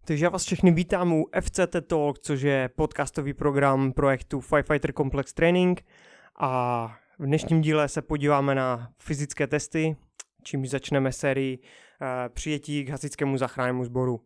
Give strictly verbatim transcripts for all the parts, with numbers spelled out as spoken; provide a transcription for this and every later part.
Takže já vás všechny vítám u F C T Talk, což je podcastový program projektu Firefighter Complex Training. A v dnešním díle se podíváme na fyzické testy, čímž začneme sérii e, přijetí k hasičskému záchrannému sboru.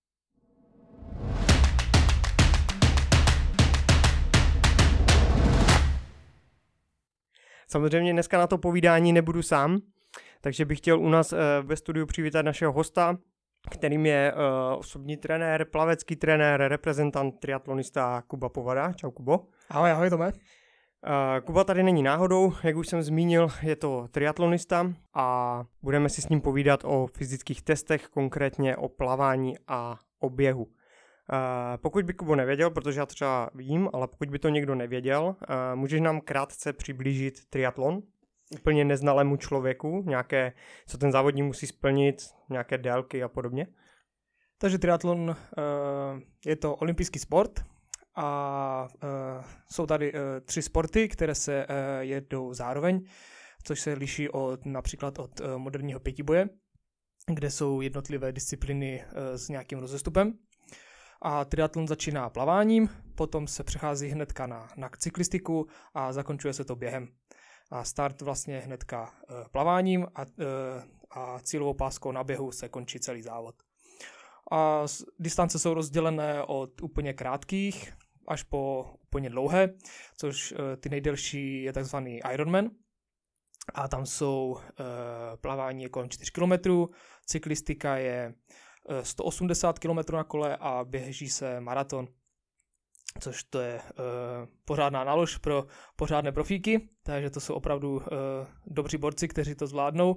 Samozřejmě dneska na to povídání nebudu sám, takže bych chtěl u nás e, ve studiu přivítat našeho hosta, kterým je uh, osobní trenér, plavecký trenér, reprezentant, triatlonista Kuba Povada. Čau, Kubo. Ahoj, ahoj, Tome. Uh, Kuba tady není náhodou, jak už jsem zmínil, je to triatlonista a budeme si s ním povídat o fyzických testech, konkrétně o plavání a o běhu. Uh, pokud by Kubo nevěděl, protože já třeba vím, ale pokud by to někdo nevěděl, uh, můžeš nám krátce přiblížit triatlon? Úplně neznalému člověku, nějaké, co ten závodník musí splnit, nějaké délky a podobně? Takže triatlon uh, je to olympijský sport a uh, jsou tady uh, tři sporty, které se uh, jedou zároveň, což se liší od, například od uh, moderního pětiboje, kde jsou jednotlivé disciplíny uh, s nějakým rozestupem. A triatlon začíná plaváním, potom se přechází hnedka na, na cyklistiku a zakončuje se to během. A start vlastně hnedka e, plaváním a, e, a cílovou páskou na běhu se končí celý závod. A s, distance jsou rozdělené od úplně krátkých až po úplně dlouhé, což e, ty nejdelší je takzvaný Ironman. A tam jsou e, plavání je kolem čtyři kilometry, cyklistika je e, sto osmdesát kilometrů na kole a běží se maraton, což to je uh, pořádná nálož pro pořádné profíky, takže to jsou opravdu uh, dobří borci, kteří to zvládnou.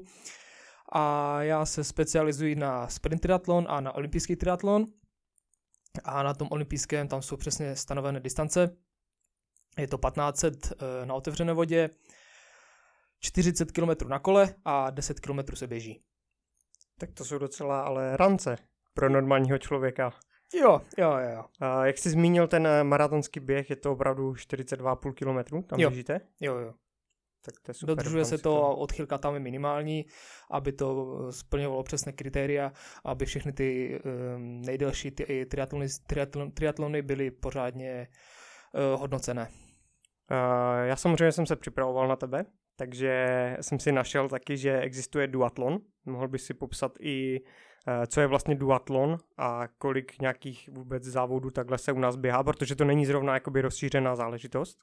A já se specializuji na sprint triatlon a na olympijský triatlon. A na tom olympijském tam jsou přesně stanovené distance. Je to patnáct set uh, na otevřené vodě, čtyřicet kilometrů na kole a deset kilometrů se běží. Tak to jsou docela ale rance pro normálního člověka. Jo, jo, jo. A jak jsi zmínil ten maratonský běh, je to opravdu čtyřicet dva celá pět kilometru, tam jo. běžíte? Jo, jo. Tak to je super. Dodržuje se to, to, odchylka tam je minimální, aby to splňovalo přesné kritéria, aby všechny ty um, nejdelší ty triatlony, triatlon, triatlony byly pořádně uh, hodnocené. Uh, já samozřejmě jsem se připravoval na tebe, takže jsem si našel taky, že existuje duatlon. Mohl bys si popsat i co je vlastně duatlon a kolik nějakých vůbec závodů takhle se u nás běhá, protože to není zrovna jakoby rozšířená záležitost.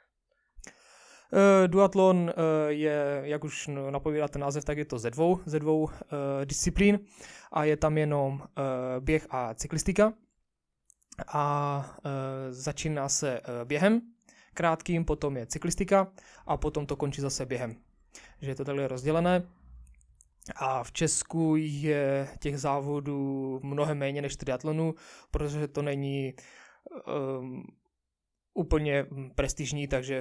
Uh, duatlon uh, je, jak už napovídá ten název, tak je to ze dvou, ze dvou uh, disciplín a je tam jenom uh, běh a cyklistika. A uh, začíná se uh, během krátkým, potom je cyklistika a potom to končí zase během. Že je to takhle rozdělené. A v Česku je těch závodů mnohem méně než triatlonu, protože to není um, úplně prestižní, takže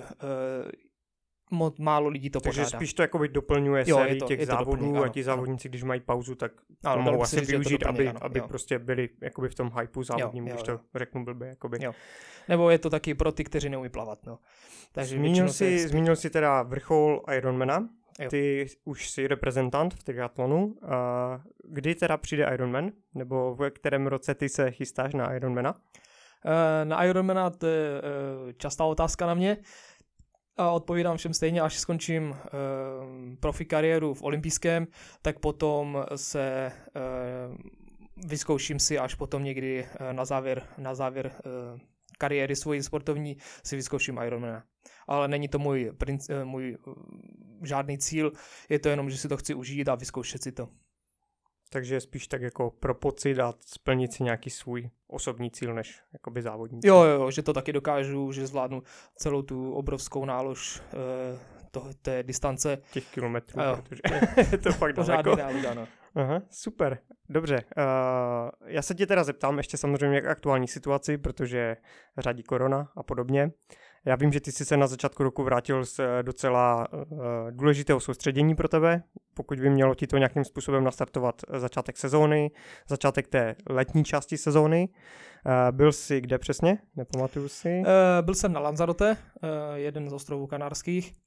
uh, mo- málo lidí to takže pořádá. Takže spíš to jakoby doplňuje jo, sérii to, těch závodů doplněk, ano, a ti závodníci, ano. Když mají pauzu, tak ano, to mohou asi říct, využít, doplněk, aby, ano, aby prostě byli jakoby v tom hypeu závodním, když to řeknu blbě. Jakoby. Jo. Nebo je to taky pro ty, kteří neumí plavat. No. Takže zmínil, si, se... zmínil si teda vrchol Ironmana. Jo. Ty už jsi reprezentant v triatlonu. A kdy teda přijde Ironman? Nebo v kterém roce ty se chystáš na Ironmana? Na Ironmana to je častá otázka na mě. A odpovídám všem stejně, až skončím uh, profi kariéru v olympijském, tak potom se uh, vyzkouším si až potom někdy uh, na závěr, na závěr uh, kariéry svojí sportovní si vyzkouším Ironmana. Ale není to můj, princ, uh, můj uh, žádný cíl, je to jenom, že si to chci užít a vyzkoušet si to. Takže spíš tak jako pro pocit a splnit si nějaký svůj osobní cíl než jakoby závodní. Jo, jo, že to taky dokážu, že zvládnu celou tu obrovskou nálož uh, toho, té distance. Těch kilometrů, jo. Protože je to fakt daleko. Pořádný nálož, Aha, super, dobře. Uh, já se tě teda zeptám ještě samozřejmě jak aktuální situaci, protože řadí korona a podobně. Já vím, že ty jsi se na začátku roku vrátil z docela uh, důležitého soustředění pro tebe, pokud by mělo ti to nějakým způsobem nastartovat začátek sezóny, začátek té letní části sezóny. Uh, byl jsi kde přesně? Nepamatuju si. Uh, byl jsem na Lanzarote, uh, jeden z ostrovů kanárských.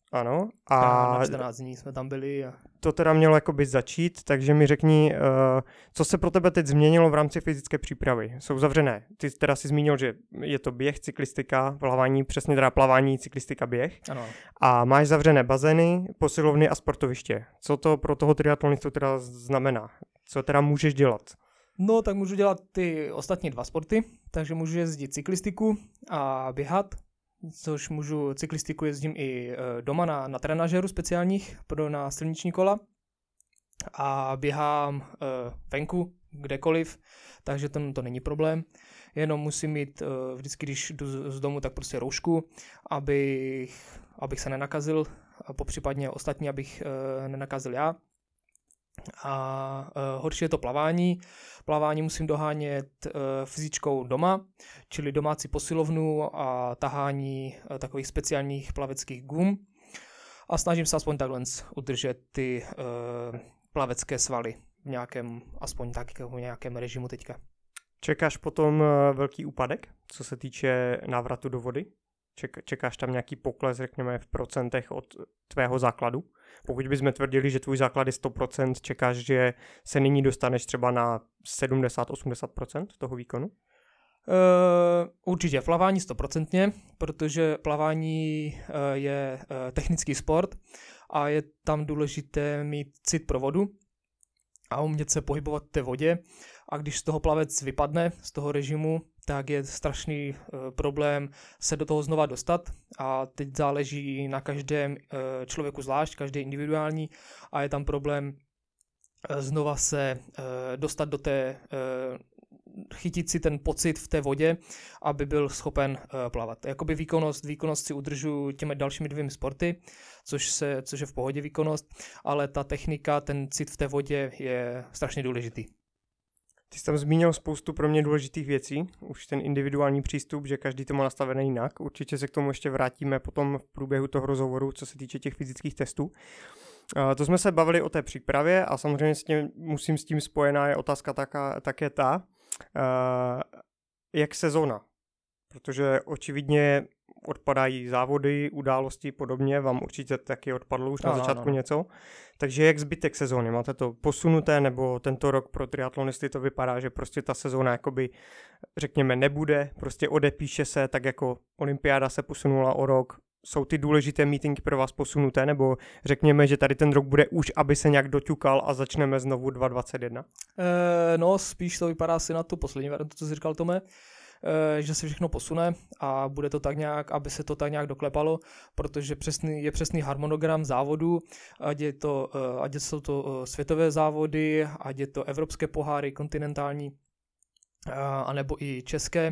Ano. A, a na čtrnáct dní jsme tam byli. A... To teda mělo jakoby začít, takže mi řekni, uh, co se pro tebe teď změnilo v rámci fyzické přípravy. Jsou zavřené. Ty teda si zmínil, že je to běh, cyklistika, plavání, přesně teda plavání, cyklistika, běh. Ano. A máš zavřené bazény, posilovny a sportoviště. Co to pro toho triatlonistu teda znamená? Co teda můžeš dělat? No, tak můžu dělat ty ostatní dva sporty, takže můžu jezdit cyklistiku a běhat, což můžu, cyklistiku jezdím i doma na, na trenažéru speciálních pro na silniční kola a běhám uh, venku, kdekoliv, takže to, to není problém. Jenom musím mít uh, vždycky, když jdu z domu, tak prostě roušku, abych, abych se nenakazil, a popřípadně ostatní, abych uh, nenakazil já. A uh, horší je to plavání. Plavání musím dohánět uh, fyzičkou doma, čili domácí posilovnu a tahání uh, takových speciálních plaveckých gum. A snažím se aspoň takhle udržet ty uh, plavecké svaly v nějakém, aspoň tak, v nějakém režimu teďka. Čekáš potom velký úpadek, co se týče návratu do vody? Ček, čekáš tam nějaký pokles, řekněme, v procentech od tvého základu? Pokud bychom tvrdili, že tvůj základ je sto procent, čekáš, že se nyní dostaneš třeba na sedmdesát až osmdesát procent toho výkonu? Uh, určitě, plavání sto procent, protože plavání uh, je uh, technický sport a je tam důležité mít cit pro vodu a umět se pohybovat v té vodě. A když z toho plavec vypadne, z toho režimu, tak je strašný uh, problém se do toho znova dostat. A teď záleží na každém uh, člověku zvlášť, každý individuální a je tam problém uh, znova se uh, dostat do té, uh, chytit si ten pocit v té vodě, aby byl schopen uh, plavat. Jakoby výkonnost, výkonnost si udržu těmi dalšími dvěmi sporty, což, se, což je v pohodě výkonnost, ale ta technika, ten cit v té vodě je strašně důležitý. Ty jsi tam zmínil spoustu pro mě důležitých věcí, už ten individuální přístup, že každý to má nastavený jinak. Určitě se k tomu ještě vrátíme potom v průběhu toho rozhovoru, co se týče těch fyzických testů. Uh, to jsme se bavili o té přípravě a samozřejmě s tím, musím s tím spojená je otázka taká, také ta, uh, jak sezóna. Protože očividně odpadají závody, události podobně, vám určitě taky odpadlo už na no, začátku no, no. něco. Takže jak zbytek sezóny? Máte to posunuté, nebo tento rok pro triatlonisty to vypadá, že prostě ta sezóna jakoby, řekněme, nebude, prostě odepíše se, tak jako olympiáda se posunula o rok. Jsou ty důležité meetingy pro vás posunuté, nebo řekněme, že tady ten rok bude už, aby se nějak doťukal a začneme znovu dva tisíce dvacet jedna? E, no, spíš to vypadá asi na tu poslední variantu, co jsi říkal, Tome, e, že se všechno posune a bude to tak nějak, aby se to tak nějak doklepalo, protože přesný, je přesný harmonogram závodů, ať, je to, ať jsou to světové závody, ať je to evropské poháry, kontinentální, anebo i české.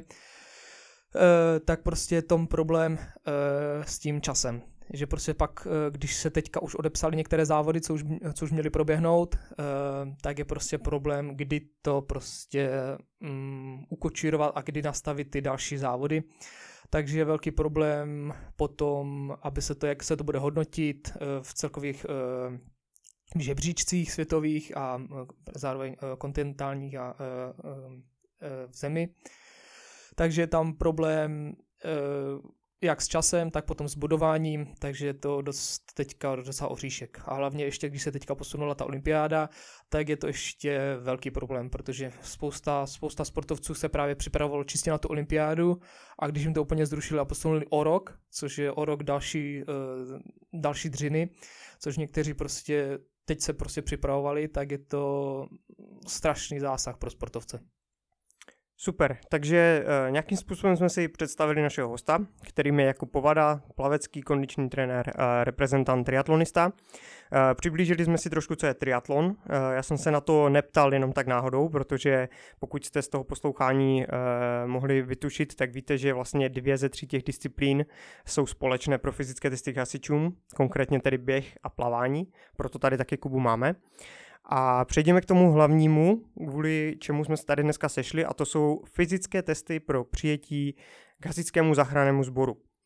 Uh, tak prostě je tom problém uh, s tím časem. Že prostě pak, uh, když se teďka už odepsali některé závody, co už, co už měly proběhnout, uh, tak je prostě problém, kdy to prostě um, ukočírovat a kdy nastavit ty další závody. Takže je velký problém potom, aby se to, jak se to bude hodnotit uh, v celkových uh, žebříčcích světových a uh, zároveň uh, kontinentálních a uh, uh, uh, v zemi. Takže je tam problém jak s časem, tak potom s budováním, takže je to dost teďka docela oříšek. A hlavně ještě, když se teďka posunula ta olympiáda, tak je to ještě velký problém, protože spousta, spousta sportovců se právě připravovalo čistě na tu olympiádu a když jim to úplně zrušili a posunuli o rok, což je o rok další, další dřiny, což někteří prostě teď se prostě připravovali, tak je to strašný zásah pro sportovce. Super, takže uh, nějakým způsobem jsme si představili našeho hosta, kterým je Jakub Povada, plavecký kondiční trenér, uh, reprezentant, triatlonista. Uh, přiblížili jsme si trošku, co je triatlon. Uh, já jsem se na to neptal jenom tak náhodou, protože pokud jste z toho poslouchání uh, mohli vytušit, tak víte, že vlastně dvě ze tří těch disciplín jsou společné pro fyzické testy k hasičům, konkrétně tedy běh a plavání, proto tady taky Kubu máme. A přejdeme k tomu hlavnímu, kvůli čemu jsme se tady dneska sešli, a to jsou fyzické testy pro přijetí k hasičskému záchrannému sboru.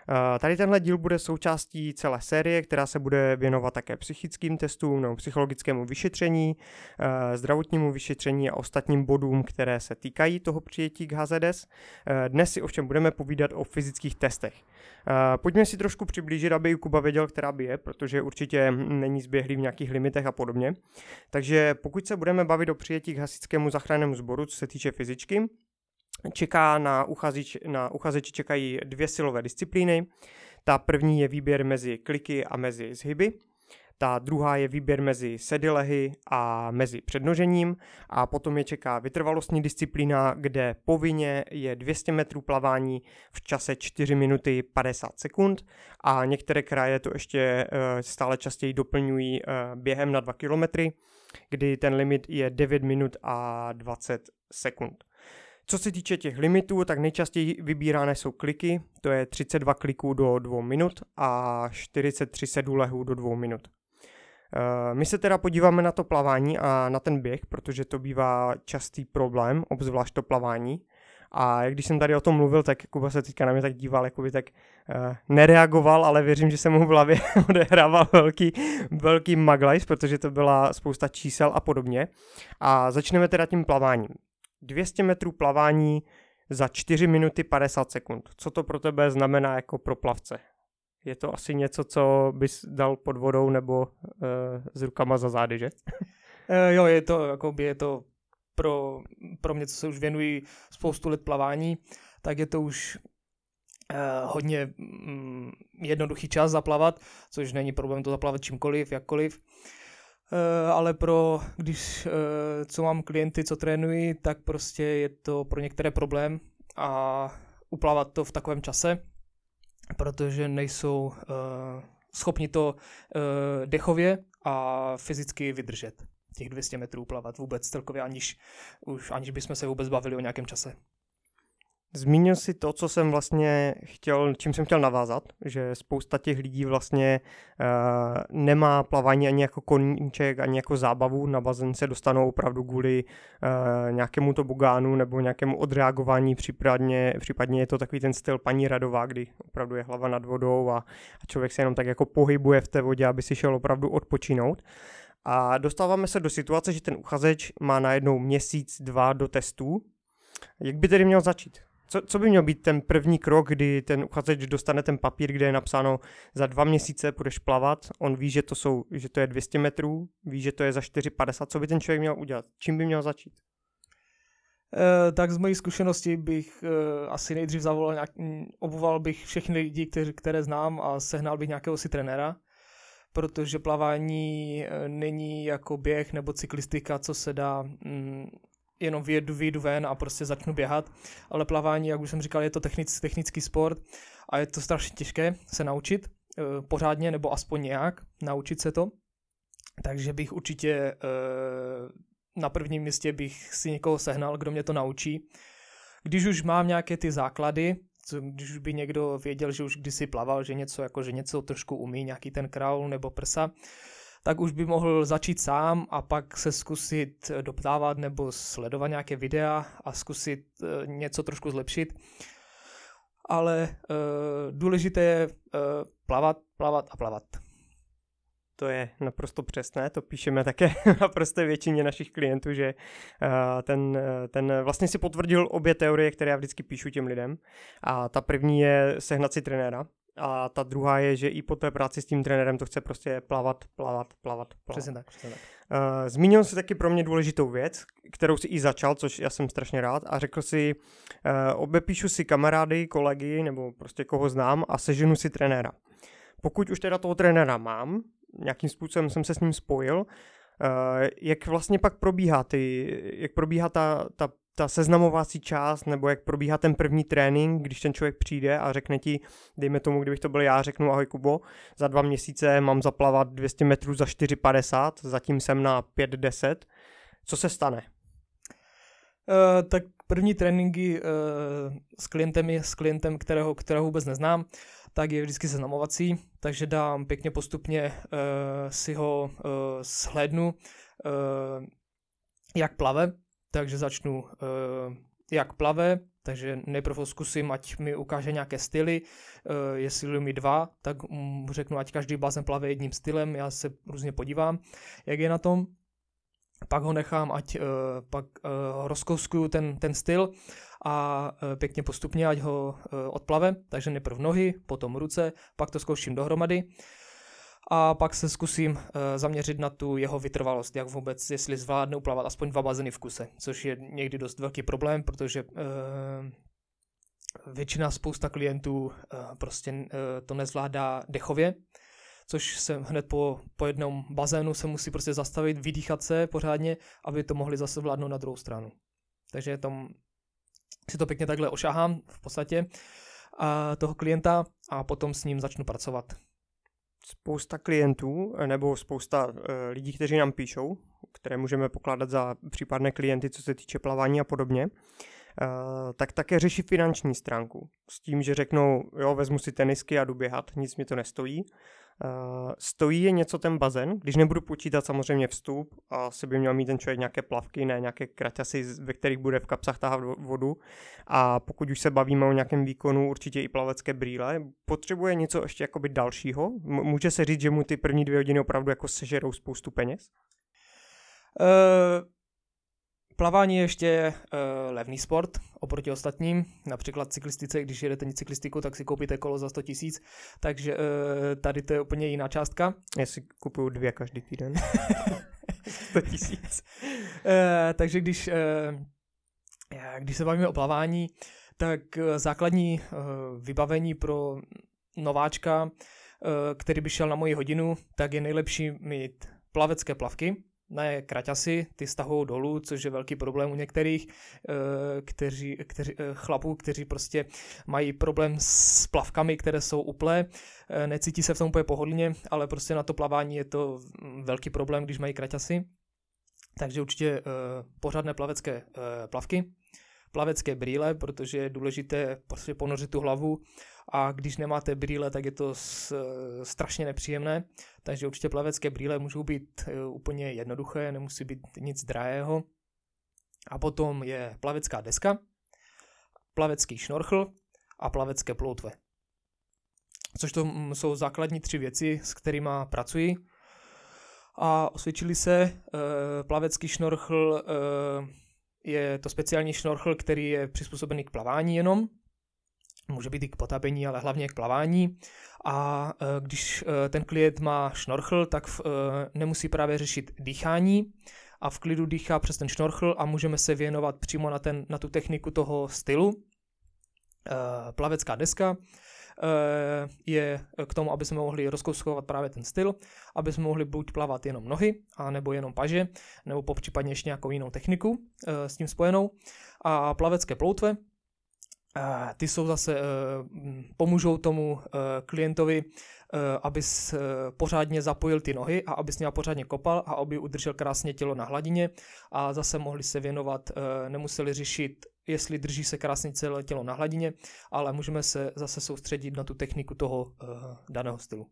Tady tenhle díl bude součástí celé série, která se bude věnovat také psychickým testům nebo psychologickému vyšetření, zdravotnímu vyšetření a ostatním bodům, které se týkají toho přijetí k H Z S. Dnes si ovšem budeme povídat o fyzických testech. Pojďme si trošku přiblížit, aby Kuba věděl, která by je, protože určitě není zběhlý v nějakých limitech a podobně. Takže pokud se budeme bavit o přijetí k hasičskému záchrannému sboru, co se týče fyzičky, čeká na, uchazeč, na uchazeči čekají dvě silové disciplíny. Ta první je výběr mezi kliky a mezi zhyby. Ta druhá je výběr mezi sedilehy a mezi přednožením a potom je čeká vytrvalostní disciplína, kde povinně je dvě stě metrů plavání v čase čtyři minuty padesát sekund a některé kraje to ještě stále častěji doplňují během na dva kilometry, kdy ten limit je devět minut a dvacet sekund. Co se týče těch limitů, tak nejčastěji vybírané jsou kliky, to je třicet dva kliků do dvou minut a čtyřicet tři sedulehů do dvou minut. My se teda podíváme na to plavání a na ten běh, protože to bývá častý problém, obzvlášť to plavání. A když jsem tady o tom mluvil, tak Kuba se teďka na mě tak díval, jakoby tak uh, nereagoval, ale věřím, že se mu v hlavě odehrával velký, velký maglajs, protože to byla spousta čísel a podobně. A začneme teda tím plaváním. dvě stě metrů plavání za čtyři minuty padesát sekund. Co to pro tebe znamená jako pro plavce? Je to asi něco, co bys dal pod vodou nebo uh, s rukama za zády, že? Uh, jo, je to, jakoby je to pro, pro mě, co se už věnují spoustu let plavání, tak je to už uh, hodně um, jednoduchý čas zaplavat, což není problém to zaplavat čímkoliv, jakkoliv. Uh, ale pro, když uh, co mám klienty, co trénují, tak prostě je to pro některé problém a uplavat to v takovém čase, protože nejsou uh, schopni to uh, dechově a fyzicky vydržet těch dvě stě metrů plavat vůbec celkově, aniž, už, aniž bychom se vůbec bavili o nějakém čase. Zmínil si to, co jsem vlastně chtěl, čím jsem chtěl navázat, že spousta těch lidí vlastně uh, nemá plavání ani jako koníček, ani jako zábavu, na bazén se dostanou opravdu kvůli uh, nějakému tobogánu nebo nějakému odreagování, případně, případně je to takový ten styl paní Radová, kdy opravdu je hlava nad vodou a, a člověk se jenom tak jako pohybuje v té vodě, aby si šel opravdu odpočinout. A dostáváme se do situace, že ten uchazeč má najednou měsíc, dva do testů. Jak by tedy měl začít? Co, co by měl být ten první krok, kdy ten uchazeč dostane ten papír, kde je napsáno za dva měsíce půjdeš plavat, on ví, že to, jsou, že to je dvě stě metrů, ví, že to je za čtyři padesát, co by ten člověk měl udělat? Čím by měl začít? E, tak z mojí zkušenosti bych e, asi nejdřív zavolal nějak, obvolal bych všechny lidi, kteři, které znám a sehnal bych nějakého si trenéra, protože plavání e, není jako běh nebo cyklistika, co se dá mm, jenom vyjedu, vyjedu ven a prostě začnu běhat, ale plavání, jak už jsem říkal, je to technic, technický sport a je to strašně těžké se naučit e, pořádně nebo aspoň nějak naučit se to, takže bych určitě e, na prvním místě bych si někoho sehnal, kdo mě to naučí. Když už mám nějaké ty základy, co, když už by někdo věděl, že už kdysi plaval, že něco, jako, že něco trošku umí, nějaký ten kraul nebo prsa, tak už by mohl začít sám a pak se zkusit doptávat nebo sledovat nějaké videa a zkusit e, něco trošku zlepšit. Ale e, důležité je e, plavat, plavat a plavat. To je naprosto přesné, to píšeme také naprosto většině našich klientů, že uh, ten, ten vlastně si potvrdil obě teorie, které já vždycky píšu těm lidem. A ta první je sehnat si trenéra. A ta druhá je, že i po té práci s tím trenérem to chce prostě plavat, plavat, plavat, plavat. Přesně tak, přesně tak. Uh, zmínil jsi taky pro mě důležitou věc, kterou si i začal, což já jsem strašně rád, a řekl si, uh, obepíšu si kamarády, kolegy nebo prostě koho znám a seženu si trenéra. Pokud už teda toho trenéra mám, nějakým způsobem jsem se s ním spojil, uh, jak vlastně pak probíhá ty, jak probíhá ta, ta, ta seznamovací část, nebo jak probíhá ten první trénink, když ten člověk přijde a řekne ti, dejme tomu, kdybych to byl já, řeknu ahoj Kubo, za dva měsíce mám zaplavat dvě stě metrů za čtyři padesát, zatím jsem na pět deset, co se stane? Uh, tak první tréninky uh, s klientem je s klientem, kterého, kterého vůbec neznám, tak je vždycky seznamovací, takže dám pěkně postupně uh, si ho uh, shlédnu, uh, jak plave, takže začnu uh, jak plave, Takže nejprve zkusím, ať mi ukáže nějaké styly, jestli umí dva, tak mu řeknu, ať každý bazén plave jedním stylem, já se různě podívám, jak je na tom. Pak ho nechám, ať uh, pak uh, rozkouskuju ten, ten styl a uh, pěkně postupně, ať ho uh, odplave. Takže nejprve nohy, potom ruce, pak to zkouším dohromady. A pak se zkusím uh, zaměřit na tu jeho vytrvalost, jak vůbec, jestli zvládne uplavat aspoň dva bazény v kuse, což je někdy dost velký problém, protože uh, většina, spousta klientů uh, prostě uh, to nezvládá dechově, což se hned po, po jednom bazénu se musí prostě zastavit, vydýchat se pořádně, aby to mohli zase vládnout na druhou stranu. Takže tam si to pěkně takhle ošahám v podstatě a toho klienta a potom s ním začnu pracovat. Spousta klientů nebo spousta uh, lidí, kteří nám píšou, které můžeme pokládat za případné klienty, co se týče plavání a podobně, Uh, tak také řeší finanční stránku. S tím, že řeknou, jo, vezmu si tenisky a jdu běhat, nic mi to nestojí. Uh, stojí je něco ten bazén, když nebudu počítat samozřejmě vstup, asi by měl mít ten člověk nějaké plavky, ne nějaké kraťasy, ve kterých bude v kapsách tahat vodu. A pokud už se bavíme o nějakém výkonu, určitě i plavecké brýle, potřebuje něco ještě jakoby dalšího? M- může se říct, že mu ty první dvě hodiny opravdu jako sežerou spoustu peněz? Uh... Plavání je ještě uh, levný sport oproti ostatním, například cyklistice, když jedete cyklistiku, tak si koupíte kolo za sto tisíc, takže uh, tady to je úplně jiná částka. Já si kupuju dvě každý týden. sto tisíc. uh, takže když, uh, když se bavíme o plavání, tak uh, základní uh, vybavení pro nováčka, uh, který by šel na moji hodinu, tak je nejlepší mít plavecké plavky, ne kraťasy, ty stahují dolů, což je velký problém u některých kteří, kteří, chlapů, kteří prostě mají problém s plavkami, které jsou uplé, necítí se v tom úplně pohodlně, ale prostě na to plavání je to velký problém, když mají kraťasy. Takže určitě pořádné plavecké plavky, plavecké brýle, protože je důležité prostě ponořit tu hlavu a když nemáte brýle, tak je to s, strašně nepříjemné, takže určitě plavecké brýle můžou být úplně jednoduché, nemusí být nic drahého. A potom je plavecká deska, plavecký šnorchl a plavecké ploutve. Což to jsou základní tři věci, s kterými pracuji. A osvědčili se, plavecký šnorchl je to speciální šnorchl, který je přizpůsobený k plavání jenom. Může být i k potápění, ale hlavně k plavání. A když ten klient má šnorchl, tak nemusí právě řešit dýchání a v klidu dýchá přes ten šnorchl a můžeme se věnovat přímo na, ten, na tu techniku toho stylu. Plavecká deska je k tomu, aby jsme mohli rozkouskovat právě ten styl, aby jsme mohli buď plavat jenom nohy, a nebo jenom paže, nebo popřípadně ještě nějakou jinou techniku s tím spojenou. A plavecké ploutve, ty jsou zase, pomůžou tomu klientovi, aby pořádně zapojil ty nohy a aby s ním pořádně kopal a aby udržel krásně tělo na hladině a zase mohli se věnovat, nemuseli řešit, jestli drží se krásně celé tělo na hladině, ale můžeme se zase soustředit na tu techniku toho daného stylu.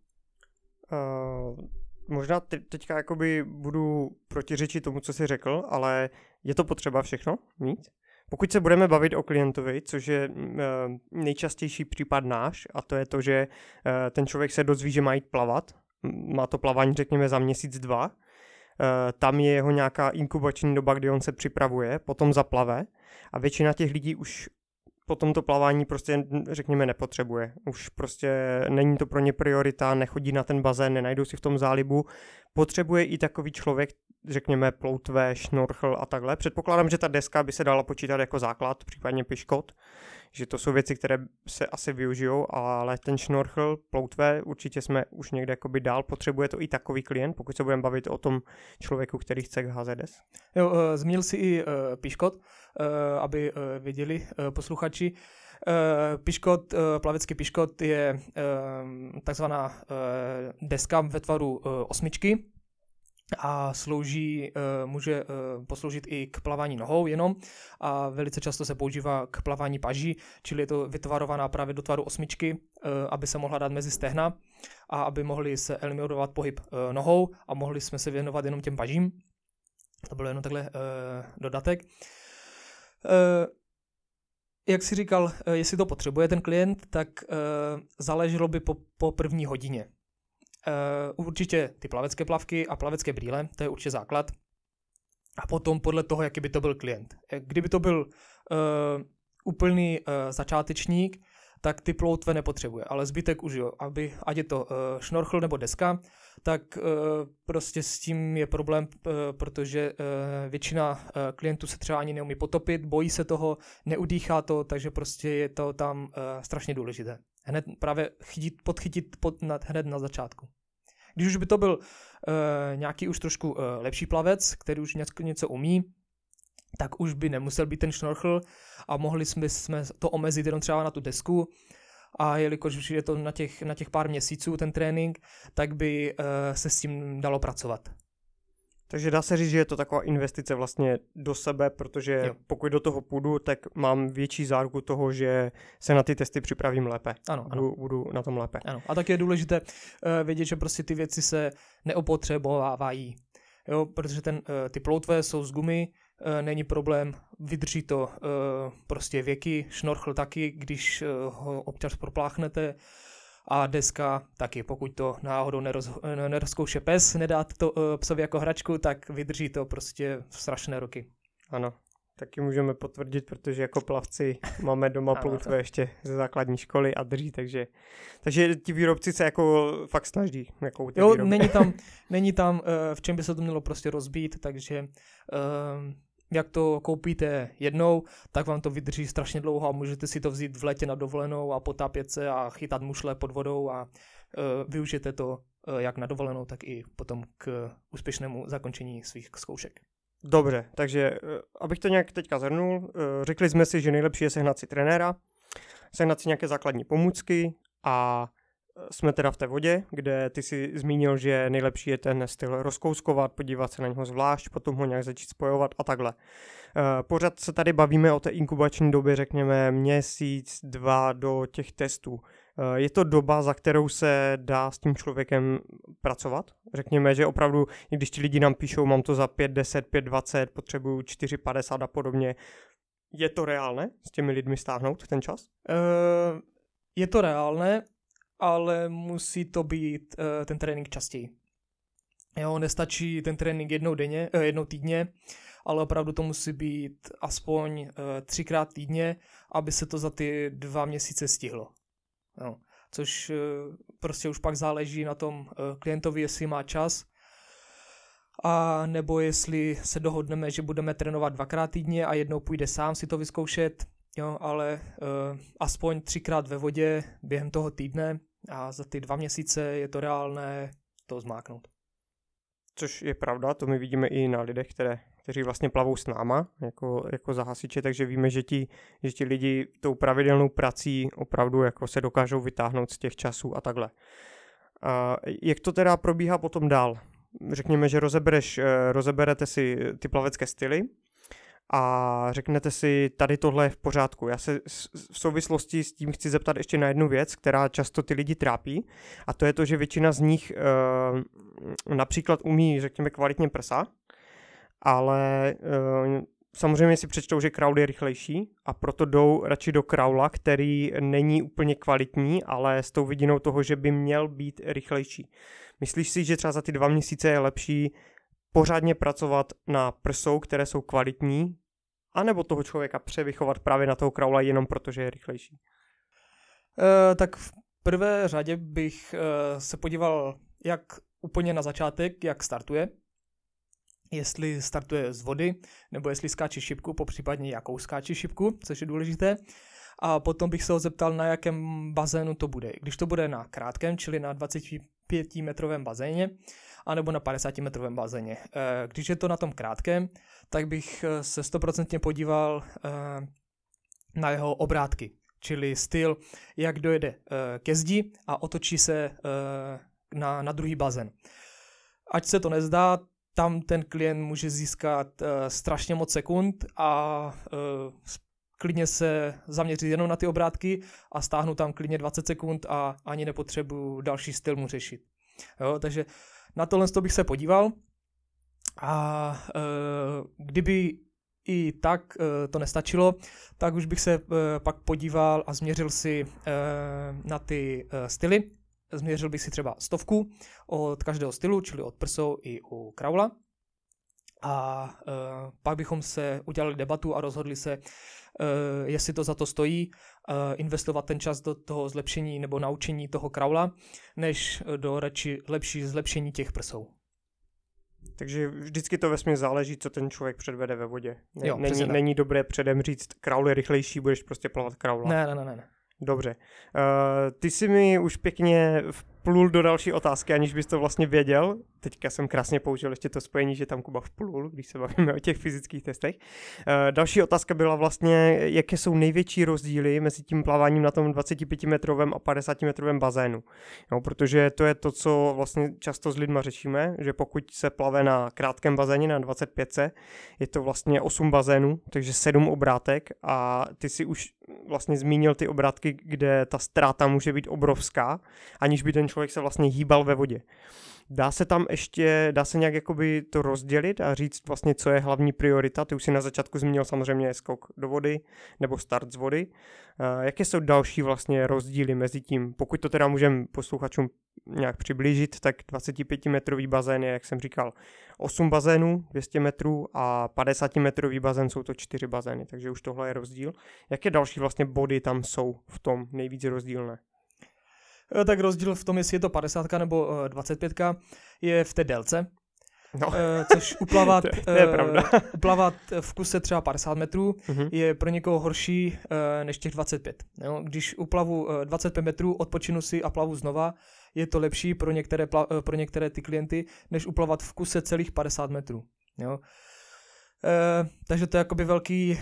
Uh, možná te- teďka jakoby budu protiřečit tomu, co jsi řekl, ale je to potřeba všechno mít? Pokud se budeme bavit o klientovi, což je uh, nejčastější případ náš, a to je to, že uh, ten člověk se dozví, že má jít plavat, má to plavání řekněme za měsíc, dva, uh, tam je jeho nějaká inkubační doba, kdy on se připravuje, potom zaplave a většina těch lidí už potom to plavání prostě řekněme nepotřebuje. Už prostě není to pro ně priorita, nechodí na ten bazén, nenajdou si v tom zálibu. Potřebuje i takový člověk, řekněme ploutve, šnorchl a takhle. Předpokládám, že ta deska by se dala počítat jako základ, případně piškot, že to jsou věci, které se asi využijou, ale ten šnorchl, ploutve, určitě jsme už někde jakoby dál. Potřebuje to i takový klient, pokud se budeme bavit o tom člověku, který chce k H Z S? Jo, zmínil si i uh, piškot, uh, aby uh, věděli uh, posluchači. Uh, piškot, uh, plavecký piškot je uh, takzvaná uh, deska ve tvaru uh, osmičky a slouží, uh, může uh, posloužit i k plavání nohou jenom a velice často se používá k plavání paží, čili je to vytvarovaná právě do tvaru osmičky, uh, aby se mohla dát mezi stehna a aby mohli se eliminovat pohyb uh, nohou a mohli jsme se věnovat jenom těm pažím. To bylo jenom takhle uh, dodatek. Uh, jak jsi říkal, jestli to potřebuje ten klient, tak uh, záleželo by po, po první hodině. Uh, určitě ty plavecké plavky a plavecké brýle, to je určitě základ. A potom podle toho, jaký by to byl klient. Kdyby to byl uh, úplný uh, začátečník, tak ty ploutve nepotřebuje, ale zbytek už jo. Aby, ať je to uh, šnorchl nebo deska, tak uh, prostě s tím je problém, uh, protože uh, většina uh, klientů se třeba ani neumí potopit, bojí se toho, neudýchá to, takže prostě je to tam uh, strašně důležité. Hned právě chytit, podchytit pod, na, hned na začátku. Když už by to byl uh, nějaký už trošku uh, lepší plavec, který už něco, něco umí, tak už by nemusel být ten šnorchl a mohli jsme, jsme to omezit jenom třeba na tu desku. A jelikož už je to na těch, na těch pár měsíců ten trénink, tak by uh, se s tím dalo pracovat. Takže dá se říct, že je to taková investice vlastně do sebe, protože jo. pokud do toho půjdu, tak mám větší záruku toho, že se na ty testy připravím lépe. Ano, ano. Budu, budu na tom lépe. Ano. A tak je důležité uh, vědět, že prostě ty věci se neopotřebovávají. Jo, protože ten, uh, ty ploutve jsou z gumy, uh, není problém, vydrží to uh, prostě věky, šnorchl taky, když uh, ho občas propláchnete, a deska taky, pokud to náhodou neroz, nerozkouše pes, nedát to uh, psovi jako hračku, tak vydrží to prostě strašné roky. Ano, taky můžeme potvrdit, protože jako plavci máme doma ploutve ještě ze základní školy a drží, takže, takže ti výrobci se jako fakt snaží. Jako jo, není tam, není tam uh, v čem by se to mělo prostě rozbít, takže uh, jak to koupíte jednou, tak vám to vydrží strašně dlouho a můžete si to vzít v létě na dovolenou a potápět se a chytat mušle pod vodou a uh, využijete to uh, jak na dovolenou, tak i potom k úspěšnému zakončení svých zkoušek. Dobře, takže uh, abych to nějak teďka zhrnul, uh, řekli jsme si, že nejlepší je sehnat si trenéra, sehnat si nějaké základní pomůcky a jsme teda v té vodě, kde ty si zmínil, že nejlepší je ten styl rozkouskovat, podívat se na něho zvlášť, potom ho nějak začít spojovat a takhle. Pořád se tady bavíme o té inkubační době, řekněme měsíc, dva do těch testů. Je to doba, za kterou se dá s tím člověkem pracovat? Řekněme, že opravdu, i když ti lidi nám píšou, mám to za pět deset, pět dvacet, potřebuju čtyři padesát a podobně. Je to reálné s těmi lidmi stáhnout ten čas? Uh, je to reálné, ale musí to být uh, ten trénink častěji. Jo, nestačí ten trénink jednou denně, uh, jednou týdně, ale opravdu to musí být aspoň uh, třikrát týdně, aby se to za ty dva měsíce stihlo. Jo. Což uh, prostě už pak záleží na tom uh, klientovi, jestli má čas, a nebo jestli se dohodneme, že budeme trénovat dvakrát týdně a jednou půjde sám si to vyzkoušet, jo, ale uh, aspoň třikrát ve vodě během toho týdne a za ty dva měsíce je to reálné to zmáknout. Což je pravda, to my vidíme i na lidech, které, kteří vlastně plavou s náma jako, jako za hasiče, takže víme, že ti, že ti lidi tou pravidelnou prací opravdu jako se dokážou vytáhnout z těch časů a takhle. A jak to teda probíhá potom dál? Řekněme, že rozebereš, rozeberete si ty plavecké styly a řeknete si, tady tohle je v pořádku. Já se v souvislosti s tím chci zeptat ještě na jednu věc, která často ty lidi trápí, a to je to, že většina z nich e, například umí, řekněme, kvalitně prsa, ale e, samozřejmě si přečtou, že kraul je rychlejší a proto jdou radši do kraula, který není úplně kvalitní, ale s tou vidinou toho, že by měl být rychlejší. Myslíš si, že třeba za ty dva měsíce je lepší pořádně pracovat na prsou, které jsou kvalitní, anebo toho člověka převychovat právě na toho kraula jenom proto, že je rychlejší? E, tak v prvé řadě bych e, se podíval jak úplně na začátek, jak startuje. Jestli startuje z vody, nebo jestli skáče šipku, popřípadně jakou skáče šipku, což je důležité. A potom bych se ho zeptal, na jakém bazénu to bude. Když to bude na krátkém, čili na dvacetipětimetrovém bazéně, anebo na padesátimetrovém bazéně. Když je to na tom krátkém, tak bych se stoprocentně podíval na jeho obrátky, čili styl, jak dojede ke zdi a otočí se na, na druhý bazén. Ať se to nezdá, tam ten klient může získat strašně moc sekund a klidně se zaměřit jenom na ty obrátky a stáhnu tam klidně dvacet sekund a ani nepotřebuji další styl mu řešit. Jo, takže na tohle bych se podíval a e, kdyby i tak to nestačilo, tak už bych se pak podíval a změřil si na ty styly. Změřil bych si třeba stovku od každého stylu, čili od prsou i u kraula. A uh, pak bychom se udělali debatu a rozhodli se, uh, jestli to za to stojí, uh, investovat ten čas do toho zlepšení nebo naučení toho kraula, než do radši lepší zlepšení těch prsou. Takže vždycky to vesměs záleží, co ten člověk předvede ve vodě. Ne, jo, není, není dobré předem říct, kraul je rychlejší, budeš prostě plavat kraula. Ne, ne, ne, ne. Dobře. Uh, ty jsi mi už pěkně vplul do další otázky, aniž bys to vlastně věděl. Teďka jsem krásně použil ještě to spojení, že tam Kuba vplul, když se bavíme o těch fyzických testech. Uh, další otázka byla vlastně, jaké jsou největší rozdíly mezi tím plaváním na tom dvacetipětimetrovém a padesátimetrovém bazénu. No, protože to je to, co vlastně často s lidma řešíme, že pokud se plave na krátkém bazéně na dvacet pět, je to vlastně osm bazénů, takže sedm obrátek a ty si už vlastně zmínil ty obrátky, kde ta ztráta může být obrovská, aniž by ten člověk se vlastně hýbal ve vodě. Dá se tam ještě, dá se nějak jakoby to rozdělit a říct vlastně, co je hlavní priorita? Ty už si na začátku zmínil samozřejmě skok do vody nebo start z vody. Uh, jaké jsou další vlastně rozdíly mezi tím? Pokud to teda můžeme posluchačům nějak přiblížit, tak dvacetipětimetrový bazén je, jak jsem říkal, osm bazénů, dvě stě metrů a padesátimetrový bazén jsou to čtyři bazény, takže už tohle je rozdíl. Jaké další vlastně body tam jsou v tom nejvíc rozdílné? Tak rozdíl v tom, jestli je to padesát nebo dvacet pět, je v té délce. No. Což uplavat, to, to je pravda. uplavat v kuse třeba padesát metrů uh-huh. je pro někoho horší než těch dvacet pět. Jo? Když uplavu dvacet pět metrů, odpočinu si a plavu znova, je to lepší pro některé, pro některé ty klienty, než uplavat v kuse celých padesát metrů. Jo? E, takže to je jakoby velký,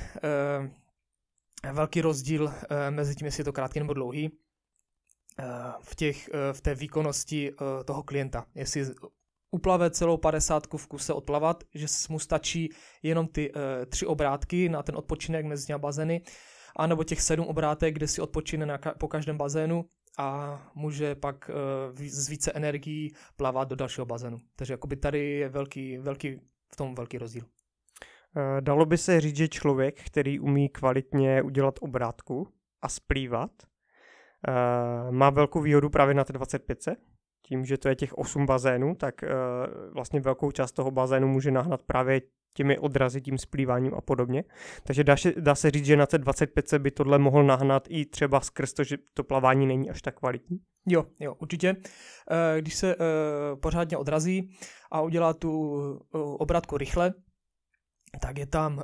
e, velký rozdíl e, mezi tím, jestli je to krátký nebo dlouhý. V, těch, v té výkonnosti toho klienta. Jestli uplave celou padesátku v kuse odplavat, že mu stačí jenom ty tři obrátky na ten odpočinek mezi těmi bazény, anebo těch sedm obrátek, kde si odpočine na, po každém bazénu a může pak z více energií plavat do dalšího bazénu. Takže jakoby tady je velký, velký, v tom velký rozdíl. Dalo by se říct, že člověk, který umí kvalitně udělat obrátku a splývat, Uh, má velkou výhodu právě na té dvacet pět. Tím, že to je těch osm bazénů, tak uh, vlastně velkou část toho bazénu může nahnat právě těmi odrazy, tím splýváním a podobně. Takže dá, dá se říct, že na té dvacet pět by tohle mohl nahnat i třeba skrz to, že to plavání není až tak kvalitní. Jo, jo, určitě. Uh, když se uh, pořádně odrazí a udělá tu uh, obrátku rychle, tak je tam uh,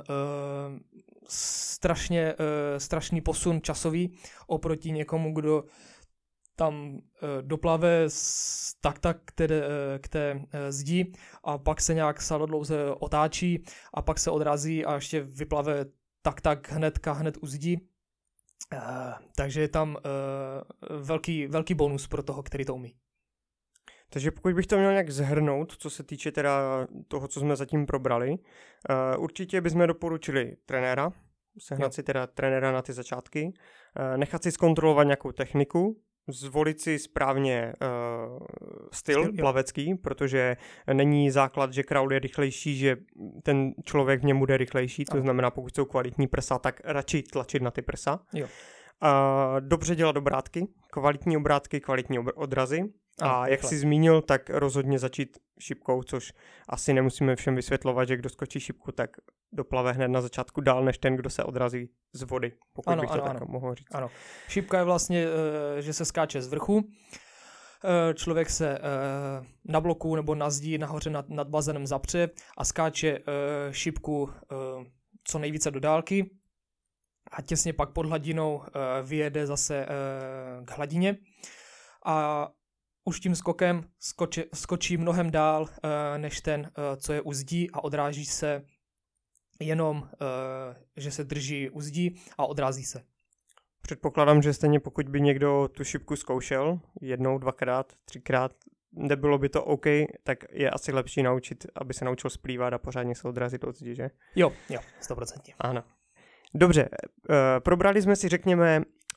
strašně, uh, strašný posun časový oproti někomu, kdo tam uh, doplave z tak tak k té, uh, k té uh, zdi a pak se nějak salodlouze otáčí a pak se odrazí a ještě vyplave tak tak hnedka hned u zdi. Uh, takže je tam uh, velký, velký bonus pro toho, který to umí. Takže pokud bych to měl nějak zhrnout, co se týče teda toho, co jsme zatím probrali, uh, určitě bychom doporučili trenéra, sehnat jo. si teda trenéra na ty začátky, uh, nechat si zkontrolovat nějakou techniku, zvolit si správně uh, styl, styl plavecký, protože není základ, že kraul je rychlejší, že ten člověk v něm bude rychlejší, to znamená, pokud jsou kvalitní prsa, tak radši tlačit na ty prsa. Jo. Uh, dobře dělat obrátky, kvalitní obrátky, kvalitní obr- odrazy. A, a jak rychle. jsi zmínil, tak rozhodně začít šipkou, což asi nemusíme všem vysvětlovat, že kdo skočí šipku, tak doplave hned na začátku dál, než ten, kdo se odrazí z vody, pokud ano, bych to ano, tak ano. mohl říct. Ano. Šipka je vlastně, že se skáče z vrchu, člověk se na bloku nebo na zdi nahoře nad, nad bazénem zapře a skáče šipku co nejvíce do dálky a těsně pak pod hladinou vyjede zase k hladině a už tím skokem skoči, skočí mnohem dál uh, než ten, uh, co je u zdí a odráží se jenom, uh, že se drží u zdí a odrází se. Předpokládám, že stejně pokud by někdo tu šipku zkoušel jednou, dvakrát, třikrát, nebylo by to OK, tak je asi lepší naučit, aby se naučil splývat a pořádně se odrazit od zdi, že? Jo, jo, sto procent. Ano. Dobře, uh, probrali jsme si, řekněme,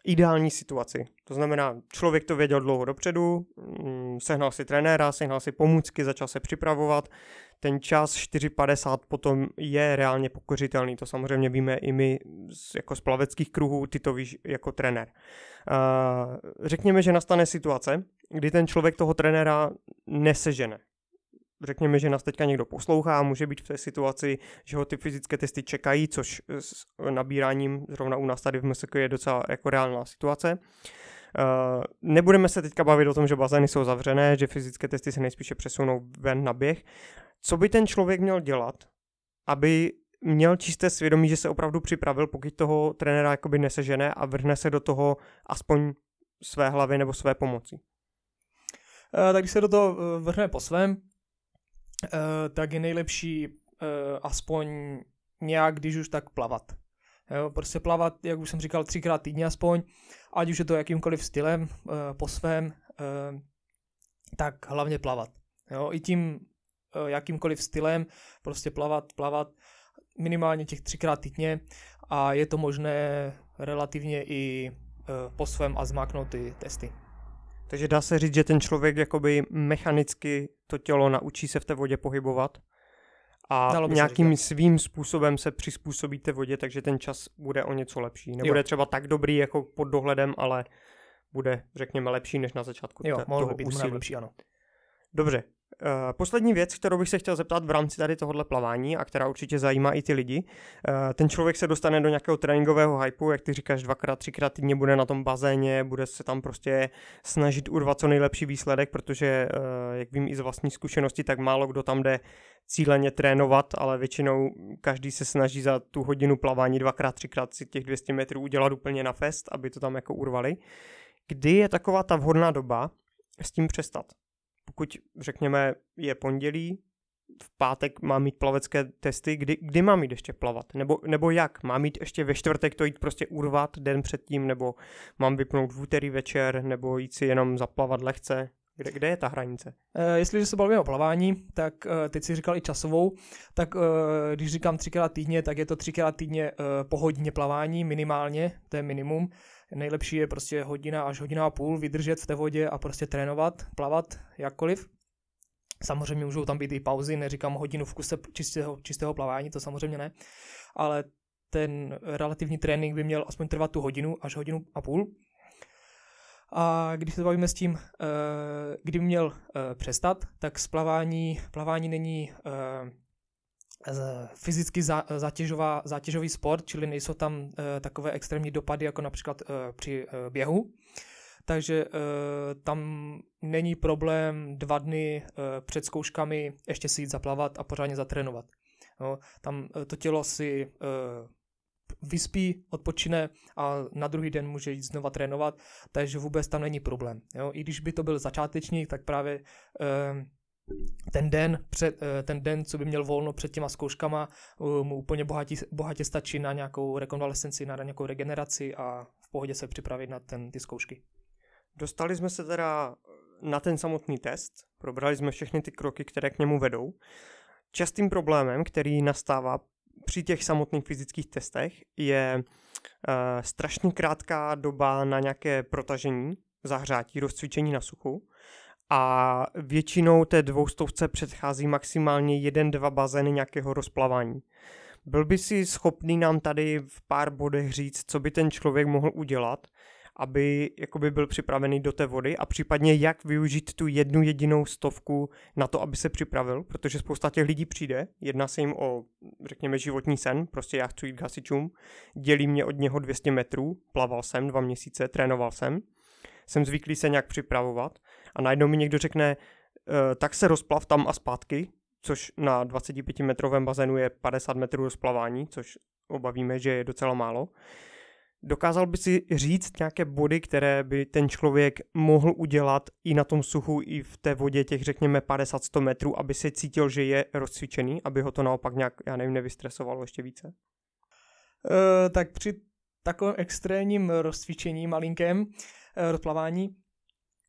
ideální situaci. To znamená, člověk to věděl dlouho dopředu, sehnal si trenéra, sehnal si pomůcky, začal se připravovat. Ten čas čtyři padesát potom je reálně pokořitelný. To samozřejmě víme i my z, jako z plaveckých kruhů, ty to víš jako trenér. Uh, řekněme, že nastane situace, kdy ten člověk toho trenéra nesežene. Řekněme, že nás teďka někdo poslouchá, může být v té situaci, že ho ty fyzické testy čekají, což s nabíráním zrovna u nás tady v M S K je docela jako reálná situace. Uh, nebudeme se teďka bavit o tom, že bazény jsou zavřené, že fyzické testy se nejspíše přesunou ven na běh. Co by ten člověk měl dělat, aby měl čisté svědomí, že se opravdu připravil, pokud toho trenéra jakoby nesežene a vrhne se do toho aspoň své hlavy nebo své pomoci? Uh, tak když se do toho vrhne po svém, Uh, tak je nejlepší uh, aspoň nějak, když už tak plavat. Jo, prostě plavat, jak už jsem říkal, třikrát týdně aspoň, ať už je to jakýmkoliv stylem, uh, po svém, uh, tak hlavně plavat. Jo, i tím uh, jakýmkoliv stylem, prostě plavat, plavat minimálně těch třikrát týdně a je to možné relativně i uh, po svém a zmáknout ty testy. Takže dá se říct, že ten člověk jakoby mechanicky to tělo naučí se v té vodě pohybovat a nějakým svým způsobem se přizpůsobí té vodě, takže ten čas bude o něco lepší. Nebude jo. třeba tak dobrý jako pod dohledem, ale bude, řekněme, lepší než na začátku. Jo, t- mohl by být mnohem lepší, ano. Dobře. Uh, poslední věc, kterou bych se chtěl zeptat v rámci tady tohohle plavání a která určitě zajímá i ty lidi. Uh, ten člověk se dostane do nějakého tréninkového hypeu, jak ty říkáš, dvakrát, třikrát týdně bude na tom bazéně, bude se tam prostě snažit urvat co nejlepší výsledek, protože, uh, jak vím i z vlastní zkušenosti, tak málo kdo tam jde cíleně trénovat, ale většinou každý se snaží za tu hodinu plavání dvakrát, třikrát si těch dvě stě metrů udělat úplně na fest, aby to tam jako urvali. Kdy je taková ta vhodná doba s tím přestat? Pokud, řekněme, je pondělí, v pátek mám mít plavecké testy, kdy, kdy mám jít ještě plavat? Nebo, nebo jak? Mám jít ještě ve čtvrtek to jít prostě urvat den předtím, nebo mám vypnout v úterý večer, nebo jít si jenom zaplavat lehce? Kde, kde je ta hranice? E, jestliže se bavíme o plavání, tak e, teď si říkal i časovou, tak e, když říkám třikrát týdně, tak je to třikrát týdně e, po hodině plavání minimálně, to je minimum. Nejlepší je prostě hodina až hodina a půl vydržet v té vodě a prostě trénovat, plavat, jakkoliv. Samozřejmě můžou tam být i pauzy, neříkám hodinu v kuse čistého, čistého plavání, to samozřejmě ne, ale ten relativní trénink by měl aspoň trvat tu hodinu až hodinu a půl. A když se bavíme s tím, kdy by měl přestat, tak z plavání, plavání není fyzicky zátěžová, zátěžový sport, čili nejsou tam uh, takové extrémní dopady, jako například uh, při uh, běhu. Takže uh, tam není problém dva dny uh, před zkouškami ještě si jít zaplavat a pořádně zatrénovat. No, tam uh, to tělo si uh, vyspí, odpočine a na druhý den může jít znova trénovat, takže vůbec tam není problém. Jo? I když by to byl začátečník, tak právě uh, ten den, před, ten den, co by měl volno před těma zkouškama, mu úplně bohatě, bohatě stačí na nějakou rekonvalescenci, na nějakou regeneraci a v pohodě se připravit na ten, ty zkoušky. Dostali jsme se teda na ten samotný test, probrali jsme všechny ty kroky, které k němu vedou. Častým problémem, který nastává při těch samotných fyzických testech, je uh, strašně krátká doba na nějaké protažení, zahřátí, rozcvičení na suchu. A většinou té dvoustovce předchází maximálně jeden, dva bazény nějakého rozplavání. Byl by si schopný nám tady v pár bodech říct, co by ten člověk mohl udělat, aby jakoby byl připravený do té vody a případně jak využít tu jednu jedinou stovku na to, aby se připravil, protože spousta těch lidí přijde, jedná se jim o, řekněme, životní sen, prostě já chci jít k hasičům, dělí mě od něho dvě stě metrů, plaval jsem dva měsíce, trénoval jsem, jsem zvyklý se nějak připravovat a najednou mi někdo řekne, e, tak se rozplav tam a zpátky, což na dvacetipětimetrovém bazénu je padesát metrů rozplavání, což obavíme, že je docela málo. Dokázal by si říct nějaké body, které by ten člověk mohl udělat i na tom suchu, i v té vodě těch, řekněme, padesát sto metrů, aby se cítil, že je rozcvičený, aby ho to naopak nějak, já nevím, nevystresovalo ještě více? Uh, tak při takovém extrémním rozcvičení malinkém, uh, rozplavání,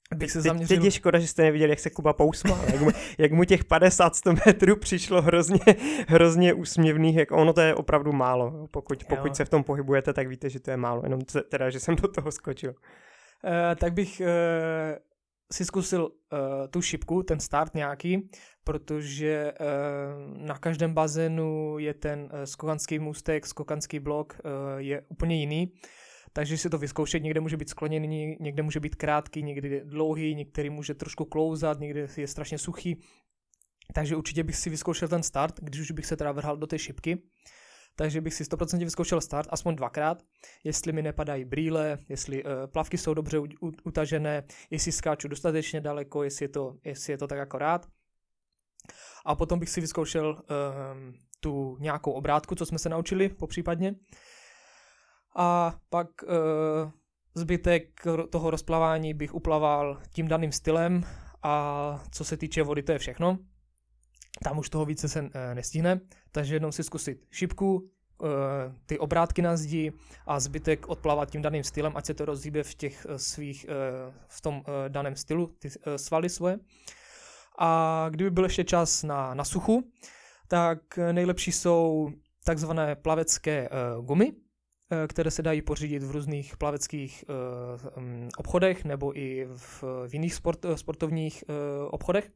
bych se teď, zaměřil... teď je škoda, že jste neviděli, jak se Kuba pousmál, jak mu, jak mu těch padesát sto metrů přišlo hrozně, hrozně úsměvných, jak ono to je opravdu málo. Pokud, pokud se v tom pohybujete, tak víte, že to je málo, jenom teda, že jsem do toho skočil. Uh, tak bych uh, si zkusil uh, tu šipku, ten start nějaký, protože uh, na každém bazénu je ten uh, skokanský můstek, skokanský blok uh, je úplně jiný. Takže si to vyzkoušet, někde může být skloněný, někde může být krátký, někdy dlouhý, některý může trošku klouzat, někde je strašně suchý. Takže určitě bych si vyzkoušel ten start, když už bych se teda vrhal do té šipky. Takže bych si sto procent vyzkoušel start aspoň dvakrát, jestli mi nepadají brýle, jestli uh, plavky jsou dobře u, u, utažené, jestli skáču dostatečně daleko, jestli je to, jestli je to tak akorát. A potom bych si vyzkoušel um, tu nějakou obrátku, co jsme se naučili popřípadně. A pak uh, zbytek toho rozplavání bych uplaval tím daným stylem a co se týče vody, to je všechno. Tam už toho více se uh, nestihne, takže jednou si zkusit šipku, uh, ty obrátky na zdi a zbytek odplavat tím daným stylem, ať se to rozhýbe v těch uh, svých, uh, v tom uh, daném stylu, ty uh, svaly svoje. A kdyby byl ještě čas na, na suchu, tak nejlepší jsou takzvané plavecké uh, gumy, které se dají pořídit v různých plaveckých uh, um, obchodech nebo i v, v jiných sport, sportovních uh, obchodech.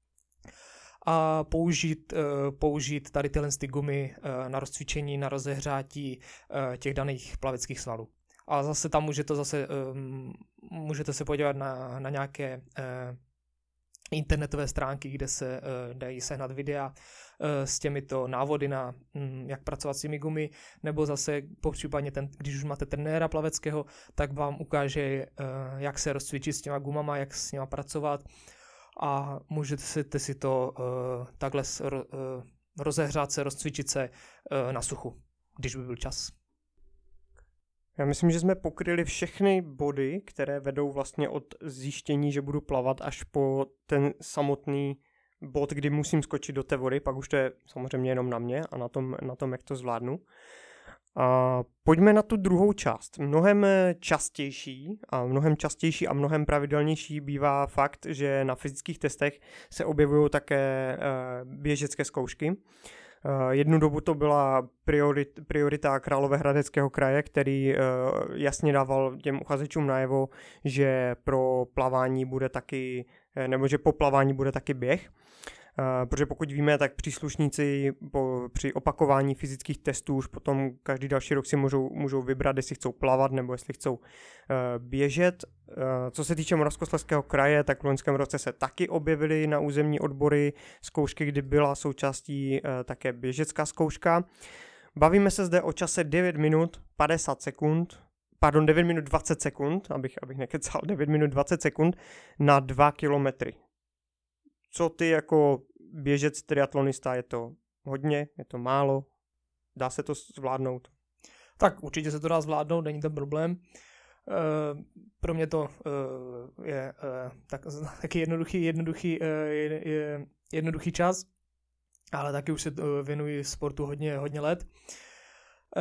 A použít, uh, použít tady tyhle ty gumy uh, na rozcvičení, na rozehřátí uh, těch daných plaveckých svalů. A zase tam můžete, zase, um, můžete se podívat na, na nějaké uh, internetové stránky, kde se uh, dají sehnat videa uh, s těmito návody na um, jak pracovat s těmi gumy, nebo zase popřípadně ten, když už máte trenéra plaveckého, tak vám ukáže, uh, jak se rozcvičit s těma gumama, jak s nima pracovat a můžete si to uh, takhle uh, rozehřát se, rozcvičit se uh, na suchu, když by byl čas. Já myslím, že jsme pokryli všechny body, které vedou vlastně od zjištění, že budu plavat, až po ten samotný bod, kdy musím skočit do té vody, pak už to je samozřejmě jenom na mě a na tom, na tom jak to zvládnu. A pojďme na tu druhou část. Mnohem častější a mnohem častější a mnohem pravidelnější bývá fakt, že na fyzických testech se objevují také běžecké zkoušky. Jednu dobu to byla priorit, priorita Královéhradeckého kraje, který jasně dával těm uchazečům najevo, že pro plavání bude taky, nebo že po plavání bude taky běh. Protože pokud víme, tak příslušníci po, při opakování fyzických testů už potom každý další rok si můžou, můžou vybrat, jestli chcou plavat nebo jestli chcou uh, běžet. Uh, co se týče Moravskoslezského kraje, tak v loňském roce se taky objevily na územní odbory zkoušky, kdy byla součástí uh, také běžecká zkouška. Bavíme se zde o čase devět minut padesát sekund, pardon, devět minut dvacet sekund, abych, abych nekecal, devět minut dvacet sekund na dva kilometry. Co ty jako běžec triatlonista, je to hodně, je to málo, dá se to zvládnout? Tak určitě se to dá zvládnout, není ten problém. E, pro mě to e, je e, tak, taky jednoduchý, jednoduchý, e, je, je, jednoduchý čas, ale taky už se e, věnuji sportu hodně, hodně let. E,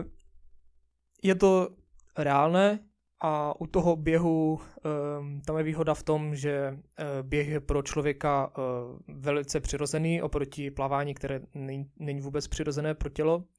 je to reálné. A u toho běhu um, tam je výhoda v tom, že uh, běh je pro člověka uh, velice přirozený oproti plavání, které není, není vůbec přirozené pro tělo. Uh,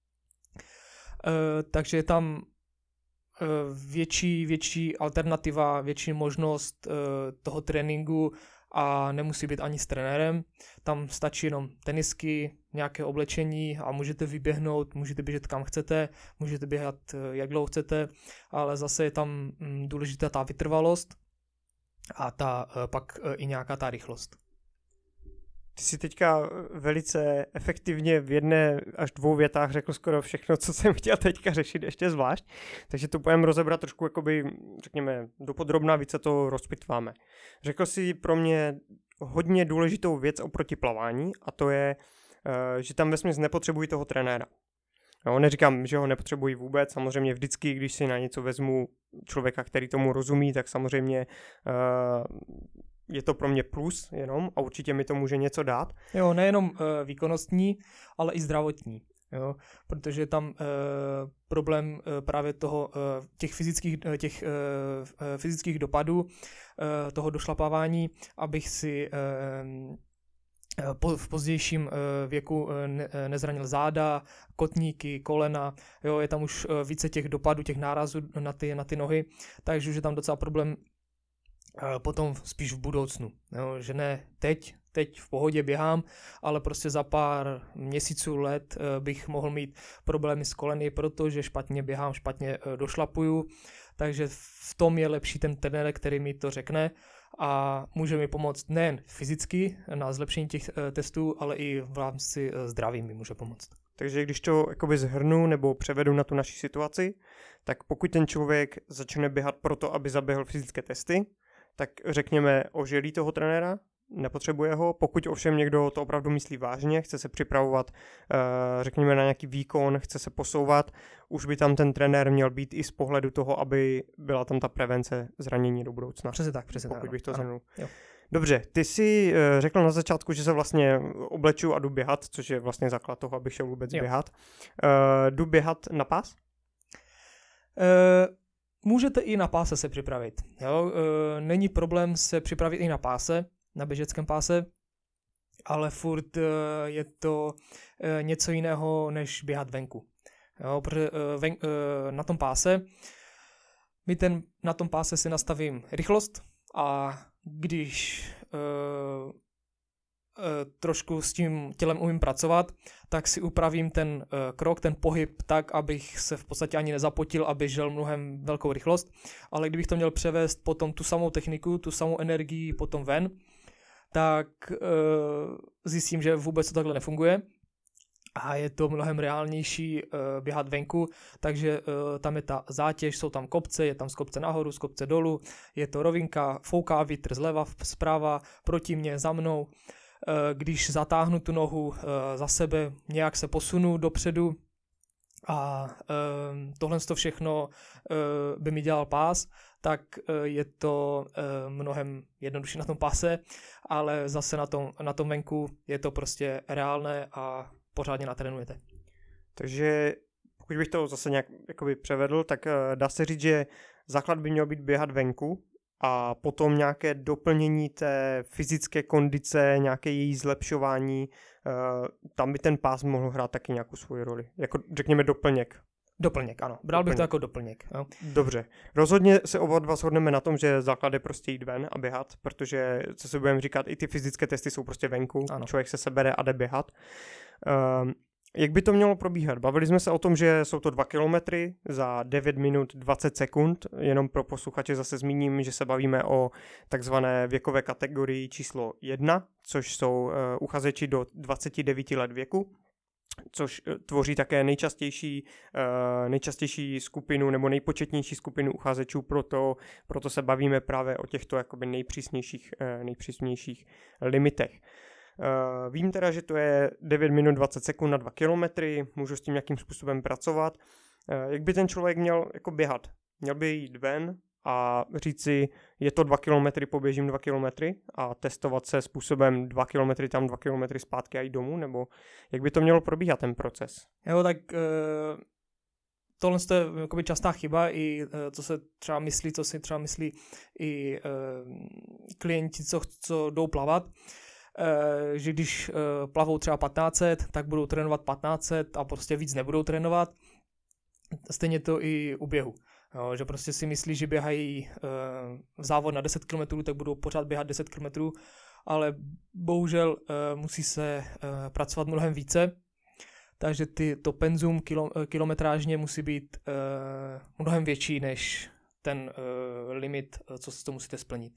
takže je tam uh, větší, větší alternativa, větší možnost uh, toho tréninku a nemusí být ani s trenérem. Tam stačí jenom tenisky, nějaké oblečení a můžete vyběhnout, můžete běžet kam chcete, můžete běhat jak dlouho chcete, ale zase je tam důležitá ta vytrvalost a ta, pak i nějaká ta rychlost. Ty jsi teďka velice efektivně v jedné až dvou větách řekl skoro všechno, co jsem chtěl teďka řešit ještě zvlášť, takže to budeme rozebrat trošku, jakoby, řekněme, dopodrobna, více to rozpitváme. Řekl jsi pro mě hodně důležitou věc oproti plavání a to je, že tam vesměs nepotřebují toho trenéra. No, neříkám, že ho nepotřebují vůbec, samozřejmě vždycky, když si na něco vezmu člověka, který tomu rozumí, tak samozřejmě uh, je to pro mě plus jenom a určitě mi to může něco dát. Jo, nejenom uh, výkonnostní, ale i zdravotní. Jo? Protože tam e, problém e, právě toho, e, těch, fyzických, těch e, fyzických dopadů, e, toho došlapávání, abych si e, po, v pozdějším e, věku ne, nezranil záda, kotníky, kolena, jo? Je tam už e, více těch dopadů, těch nárazů na ty, na ty nohy, takže už je tam docela problém e, potom spíš v budoucnu, jo? Že ne teď, teď v pohodě běhám, ale prostě za pár měsíců, let bych mohl mít problémy s koleny, protože špatně běhám, špatně došlapuju, takže v tom je lepší ten trenér, který mi to řekne a může mi pomoct nejen fyzicky na zlepšení těch testů, ale i v rámci zdraví mi může pomoct. Takže když to jakoby zhrnu nebo převedu na tu naši situaci, tak pokud ten člověk začne běhat proto, aby zaběhl fyzické testy, tak řekněme oželí toho trenéra, nepotřebuje ho. Pokud ovšem někdo to opravdu myslí vážně, chce se připravovat, řekněme, na nějaký výkon, chce se posouvat, už by tam ten trenér měl být i z pohledu toho, aby byla tam ta prevence zranění do budoucna. Přesně tak, přesně tak. Pokud bych to zhrnul. Jo. Dobře, ty jsi řekl na začátku, že se vlastně obleču a jdu běhat, což je vlastně základ toho, abych šel vůbec jo. běhat. Uh, jdu běhat na pás? Uh... Můžete i na páse se připravit. Jo? E, není problém se připravit i na páse, na běžeckém páse, ale furt e, je to e, něco jiného, než běhat venku. Jo? Protože e, ven, e, na tom páse, my ten, na tom páse si nastavím rychlost a když e, trošku s tím tělem umím pracovat, tak si upravím ten uh, krok, ten pohyb tak, abych se v podstatě ani nezapotil a běžel mnohem velkou rychlost, ale kdybych to měl převést potom tu samou techniku, tu samou energii potom ven, tak uh, zjistím, že vůbec to takhle nefunguje a je to mnohem reálnější uh, běhat venku, takže uh, tam je ta zátěž, jsou tam kopce, je tam z kopce nahoru, z kopce dolů, je to rovinka, fouká vítr zleva, zprava, proti mně, za mnou. Když zatáhnu tu nohu za sebe, nějak se posunu dopředu a tohle to všechno by mi dělal pás, tak je to mnohem jednodušší na tom páse, ale zase na tom, na tom venku je to prostě reálné a pořádně natrénujete. Takže pokud bych to zase nějak jakoby převedl, tak dá se říct, že základ by měl být běhat venku, a potom nějaké doplnění té fyzické kondice, nějaké její zlepšování, uh, tam by ten pás mohl hrát taky nějakou svoji roli. Jako řekněme doplněk. Doplněk, ano. Bral doplněk. bych to jako doplněk. Jo. Dobře. Rozhodně se oba dva shodneme na tom, že základ je prostě jít ven a běhat, protože, co si budeme říkat, i ty fyzické testy jsou prostě venku. Ano. Člověk se sebere a jde běhat. Uh, Jak by to mělo probíhat? Bavili jsme se o tom, že jsou to dva kilometry za devět minut dvacet sekund. Jenom pro posluchače zase zmíním, že se bavíme o takzvané věkové kategorii číslo jedna, což jsou uh, uchazeči do dvacet devět let věku, což tvoří také nejčastější, uh, nejčastější skupinu nebo nejpočetnější skupinu uchazečů, proto, proto se bavíme právě o těchto jakoby nejpřísnějších, uh, nejpřísnějších limitech. Uh, vím teda, že to je devět minut dvacet sekund na dva kilometry, můžu s tím nějakým způsobem pracovat. Uh, jak by ten člověk měl jako běhat? Měl by jít ven a říct si, je to dva kilometry, poběžím dva kilometry a testovat se způsobem dva kilometry tam, dva kilometry zpátky a jít domů? Nebo jak by to mělo probíhat ten proces? Jo, tak uh, tohle je jakoby častá chyba, i uh, co se třeba myslí, co si třeba myslí i uh, klienti, co, co jdou plavat. Uh, že když uh, plavou třeba patnáct set, tak budou trénovat patnáct set a prostě víc nebudou trénovat. Stejně to i u běhu. Jo, že prostě si myslí, že běhají uh, v závod na deset kilometrů, tak budou pořád běhat deset kilometrů, ale bohužel uh, musí se uh, pracovat mnohem více, takže ty, to penzum kilo, kilometrážně musí být uh, mnohem větší než ten uh, limit, co si to musíte splnit.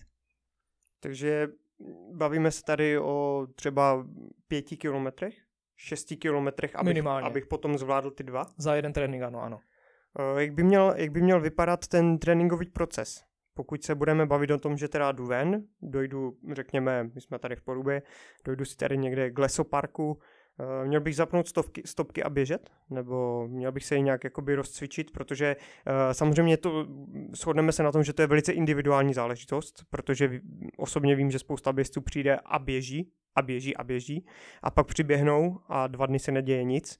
Takže bavíme se tady o třeba pěti kilometrech, šesti kilometrech, abych, abych potom zvládl ty dva? Za jeden trénink, ano, ano. Jak by měl, jak by měl vypadat ten tréninkový proces? Pokud se budeme bavit o tom, že teda jdu ven, dojdu, řekněme, my jsme tady v Porubě, dojdu si tady někde k lesoparku, měl bych zapnout stopky, stopky a běžet? Nebo měl bych se ji nějak jakoby rozcvičit? Protože uh, samozřejmě to, shodneme se na tom, že to je velice individuální záležitost, protože osobně vím, že spousta běžců přijde a běží, a běží, a běží, a pak přiběhnou a dva dny se neděje nic.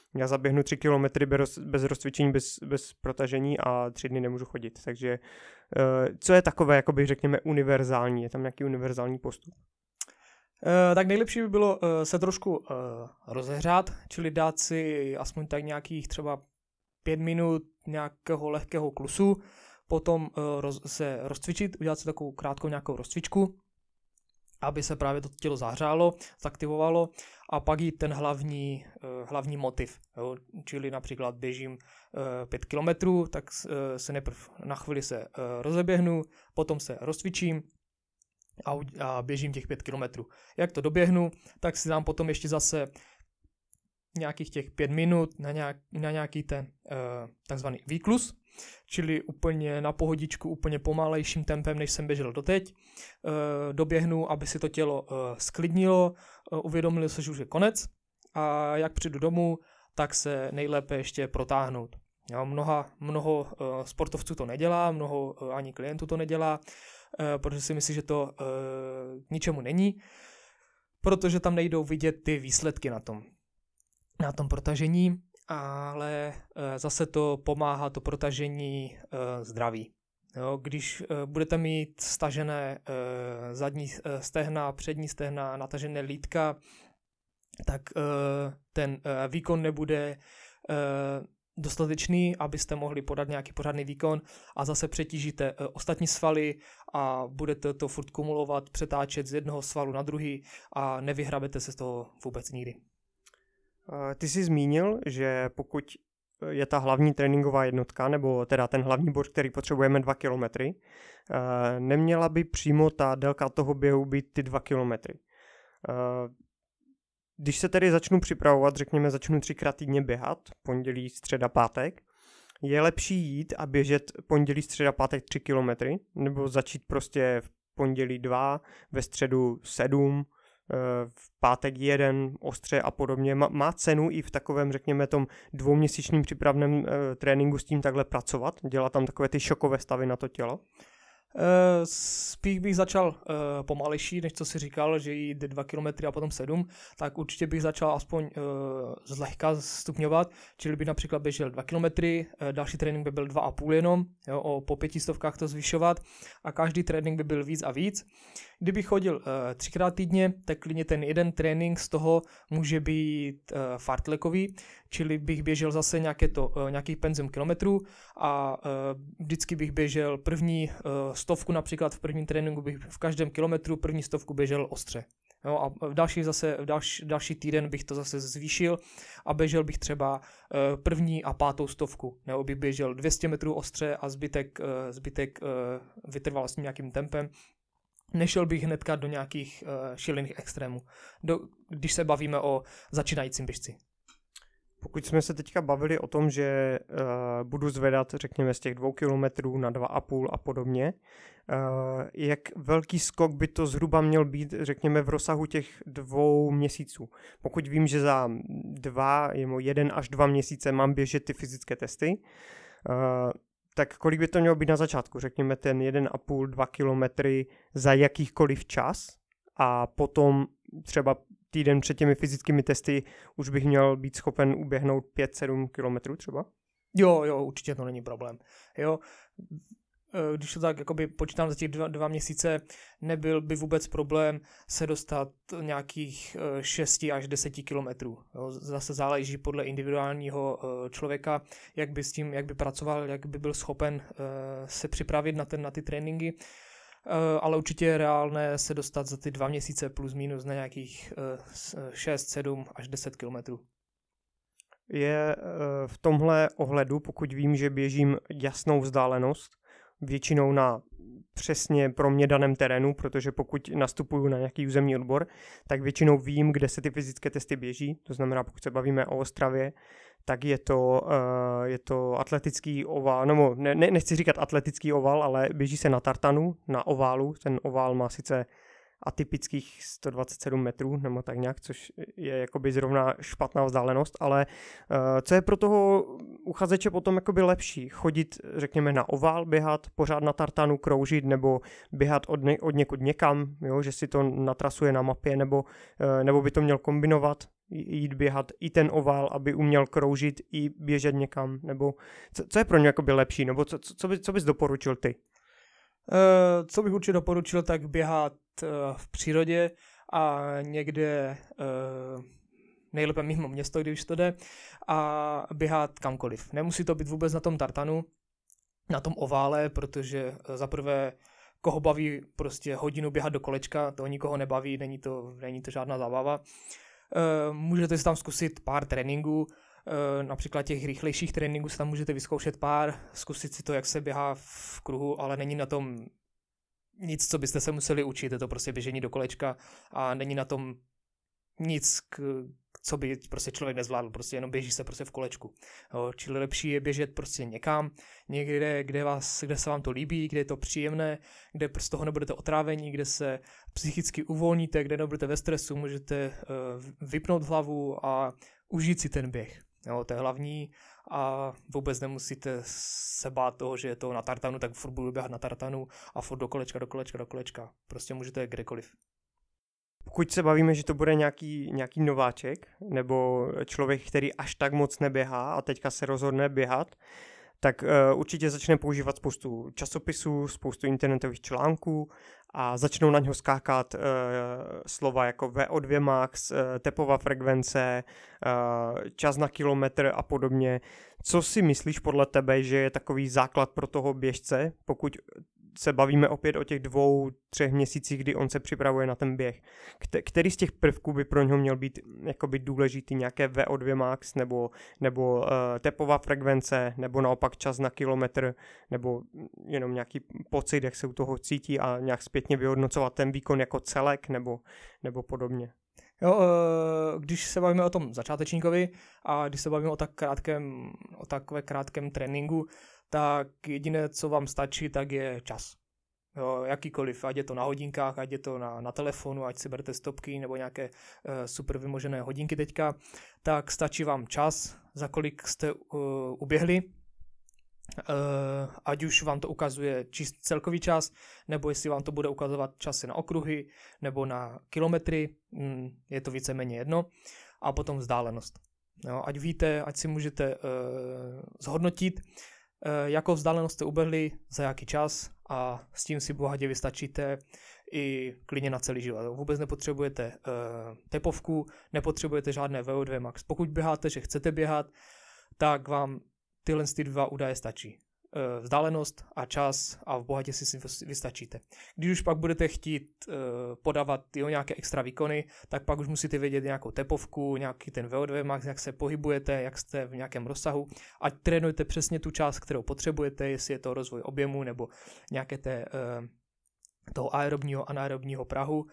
Já zaběhnu tři kilometry bez, bez rozcvičení, bez, bez protažení a tři dny nemůžu chodit. Takže uh, co je takové, jakoby řekněme, univerzální? Je tam nějaký univerzální postup? Uh, tak nejlepší by bylo uh, se trošku uh, rozehřát, čili dát si aspoň tak nějakých třeba pět minut nějakého lehkého klusu, potom uh, roz, se rozcvičit, udělat si takovou krátkou nějakou rozcvičku, aby se právě to tělo zahřálo, zaktivovalo a pak jít ten hlavní, uh, hlavní motiv. Jo? Čili například běžím uh, pět kilometrů, tak uh, se nejprve na chvíli se uh, rozeběhnu, potom se rozcvičím a, a běžím těch pět kilometrů. Jak to doběhnu, tak si dám potom ještě zase nějakých těch pět minut na, nějak, na nějaký ten uh, takzvaný výklus, čili úplně na pohodičku, úplně pomalejším tempem, než jsem běžel doteď. Uh, doběhnu, aby si to tělo uh, sklidnilo, uh, uvědomilo se, že už je konec a jak přijdu domů, tak se nejlépe ještě protáhnout. Jo, mnoha, mnoho uh, sportovců to nedělá, mnoho uh, ani klientů to nedělá, uh, protože si myslí, že to uh, ničemu není, protože tam nejdou vidět ty výsledky na tom. na tom protažení, ale e, zase to pomáhá to protažení e, zdraví. Jo, když e, budete mít stažené e, zadní e, stehna, přední stehna, natažené lítka, tak e, ten e, výkon nebude e, dostatečný, abyste mohli podat nějaký pořádný výkon a zase přetížíte e, ostatní svaly a budete to furt kumulovat, přetáčet z jednoho svalu na druhý a nevyhrabete se z toho vůbec nikdy. Ty jsi zmínil, že pokud je ta hlavní tréninková jednotka, nebo teda ten hlavní bod, který potřebujeme dva kilometry, neměla by přímo ta délka toho běhu být ty dva kilometry. Když se tedy začnu připravovat, řekněme začnu třikrát týdně běhat, pondělí, středa, pátek, je lepší jít a běžet pondělí, středa, pátek tři kilometry, nebo začít prostě v pondělí dva, ve středu sedm, v pátek jeden, ostře a podobně. Má cenu i v takovém, řekněme, tom dvouměsíčním přípravném e, tréninku s tím takhle pracovat? Dělat tam takové ty šokové stavy na to tělo? E, spíš bych začal e, pomalejší, než co si říkal, že jít dva kilometry a potom sedm, tak určitě bych začal aspoň e, zlehka stupňovat, čili bych například běžel dva kilometry, e, další trénink by byl dva a půl jenom, jo, o po pětistovkách to zvyšovat a každý trénink by byl víc a víc. Kdybych chodil e, třikrát týdně, tak klidně ten jeden trénink z toho může být e, fartlekový, čili bych běžel zase nějaké to, e, nějaký penzum kilometrů a e, vždycky bych běžel první e, stovku, například v prvním tréninku bych v každém kilometru první stovku běžel ostře. Jo, a v další, zase, v další, další týden bych to zase zvýšil a běžel bych třeba e, první a pátou stovku. Nebo bych běžel dvě stě metrů ostře a zbytek, e, zbytek e, vytrval s tím nějakým tempem. Nešel bych hnedka do nějakých uh, šílených extrémů, do, když se bavíme o začínajícím běžci. Pokud jsme se teďka bavili o tom, že uh, budu zvedat, řekněme, z těch dvou kilometrů na dva a půl a podobně, uh, jak velký skok by to zhruba měl být, řekněme, v rozsahu těch dvou měsíců? Pokud vím, že za dva, jeden až dva měsíce mám běžet ty fyzické testy, uh, tak kolik by to mělo být na začátku? Řekněme ten jeden a půl, dva kilometry za jakýchkoliv čas a potom třeba týden před těmi fyzickými testy už bych měl být schopen uběhnout pět sedm kilometrů třeba? Jo, jo, určitě to není problém. Jo, když to tak jakoby počítám za těch dva, dva měsíce, nebyl by vůbec problém se dostat nějakých šest až deset kilometrů. Jo, zase záleží podle individuálního člověka, jak by s tím, jak by pracoval, jak by byl schopen se připravit na, ten, na ty tréninky. Ale určitě je reálné se dostat za ty dva měsíce plus minus na nějakých šest, sedm až deset kilometrů. Je v tomhle ohledu, pokud vím, že běžím jasnou vzdálenost, většinou na přesně pro mě daném terénu, protože pokud nastupuju na nějaký územní odbor, tak většinou vím, kde se ty fyzické testy běží, to znamená, pokud se bavíme o Ostravě, tak je to, uh, je to atletický oval, no ne, ne, nechci říkat atletický oval, ale běží se na tartanu, na oválu, ten ovál má sice atypických sto dvacet sedm metrů, nebo tak nějak, což je jakoby zrovna špatná vzdálenost, ale uh, co je pro toho uchazeče potom jakoby lepší? Chodit, řekněme, na ovál, běhat, pořád na tartanu kroužit, nebo běhat od, ne- od někud někam, jo, že si to natrasuje na mapě, nebo, uh, nebo by to měl kombinovat, jít běhat i ten ovál, aby uměl kroužit i běžet někam, nebo co, co je pro ně jakoby lepší, nebo co, co, by, co bys doporučil ty? Uh, co bych určitě doporučil, tak běhat uh, v přírodě a někde uh, nejlépe mimo město, když to jde, a běhat kamkoliv. Nemusí to být vůbec na tom tartanu, na tom ovále, protože uh, zaprvé koho baví prostě hodinu běhat do kolečka, to nikoho nebaví, není to, není to žádná zábava. Uh, můžete si tam zkusit pár tréninků, uh, například těch rychlejších tréninků si tam můžete vyzkoušet pár, zkusit si to, jak se běhá v kruhu, ale není na tom nic, co byste se museli učit, je to prostě běžení do kolečka a není na tom nic, k, co by prostě člověk nezvládl, prostě jenom běží se prostě v kolečku. Jo, čili lepší je běžet prostě někam, někde, kde, vás, kde se vám to líbí, kde je to příjemné, kde z toho nebudete otrávení, kde se psychicky uvolníte, kde nebudete ve stresu, můžete uh, vypnout hlavu a užít si ten běh. Jo, to je hlavní a vůbec nemusíte se bát toho, že je to na tartanu, tak furt budu běhat na tartanu a furt do kolečka, do kolečka, do kolečka. Prostě můžete kdekoliv. Pokud se bavíme, že to bude nějaký, nějaký nováček nebo člověk, který až tak moc neběhá a teďka se rozhodne běhat, tak uh, určitě začne používat spoustu časopisů, spoustu internetových článků a začnou na něho skákat uh, slova jako V O dva max, uh, tepová frekvence, uh, čas na kilometr a podobně. Co si myslíš podle tebe, že je takový základ pro toho běžce, pokud se bavíme opět o těch dvou, třech měsících, kdy on se připravuje na ten běh. Který z těch prvků by pro něho měl být jakoby důležitý? Nějaké V O dva max, nebo, nebo uh, tepová frekvence, nebo naopak čas na kilometr, nebo jenom nějaký pocit, jak se u toho cítí a nějak zpětně vyhodnocovat ten výkon jako celek, nebo, nebo podobně. Jo, když se bavíme o tom začátečníkovi a když se bavíme o tak krátkém, o takové krátkém tréninku, tak jediné, co vám stačí, tak je čas. Jo, jakýkoliv, ať je to na hodinkách, ať je to na, na telefonu, ať si berete stopky nebo nějaké uh, super vymožené hodinky teďka, tak stačí vám čas, za kolik jste uh, uběhli, uh, ať už vám to ukazuje čist celkový čas, nebo jestli vám to bude ukazovat časy na okruhy, nebo na kilometry, mm, je to víceméně jedno, a potom vzdálenost. Jo, ať víte, ať si můžete uh, zhodnotit, jakou vzdálenost jste uběhli, za jaký čas a s tím si bohatě vystačíte i klidně na celý život. Vůbec nepotřebujete uh, tepovku, nepotřebujete žádné V O dva max. Pokud běháte, že chcete běhat, tak vám tyhle ty dva údaje stačí. Uh, vzdálenost a čas a v bohatě si si vystačíte. Když už pak budete chtít uh, podávat jo, nějaké extra výkony, tak pak už musíte vědět nějakou tepovku, nějaký ten V O dva max, jak se pohybujete, jak jste v nějakém rozsahu, ať trénujete přesně tu část, kterou potřebujete, jestli je to rozvoj objemu nebo nějaké té, uh, toho aerobního, anaerobního prahu. Uh,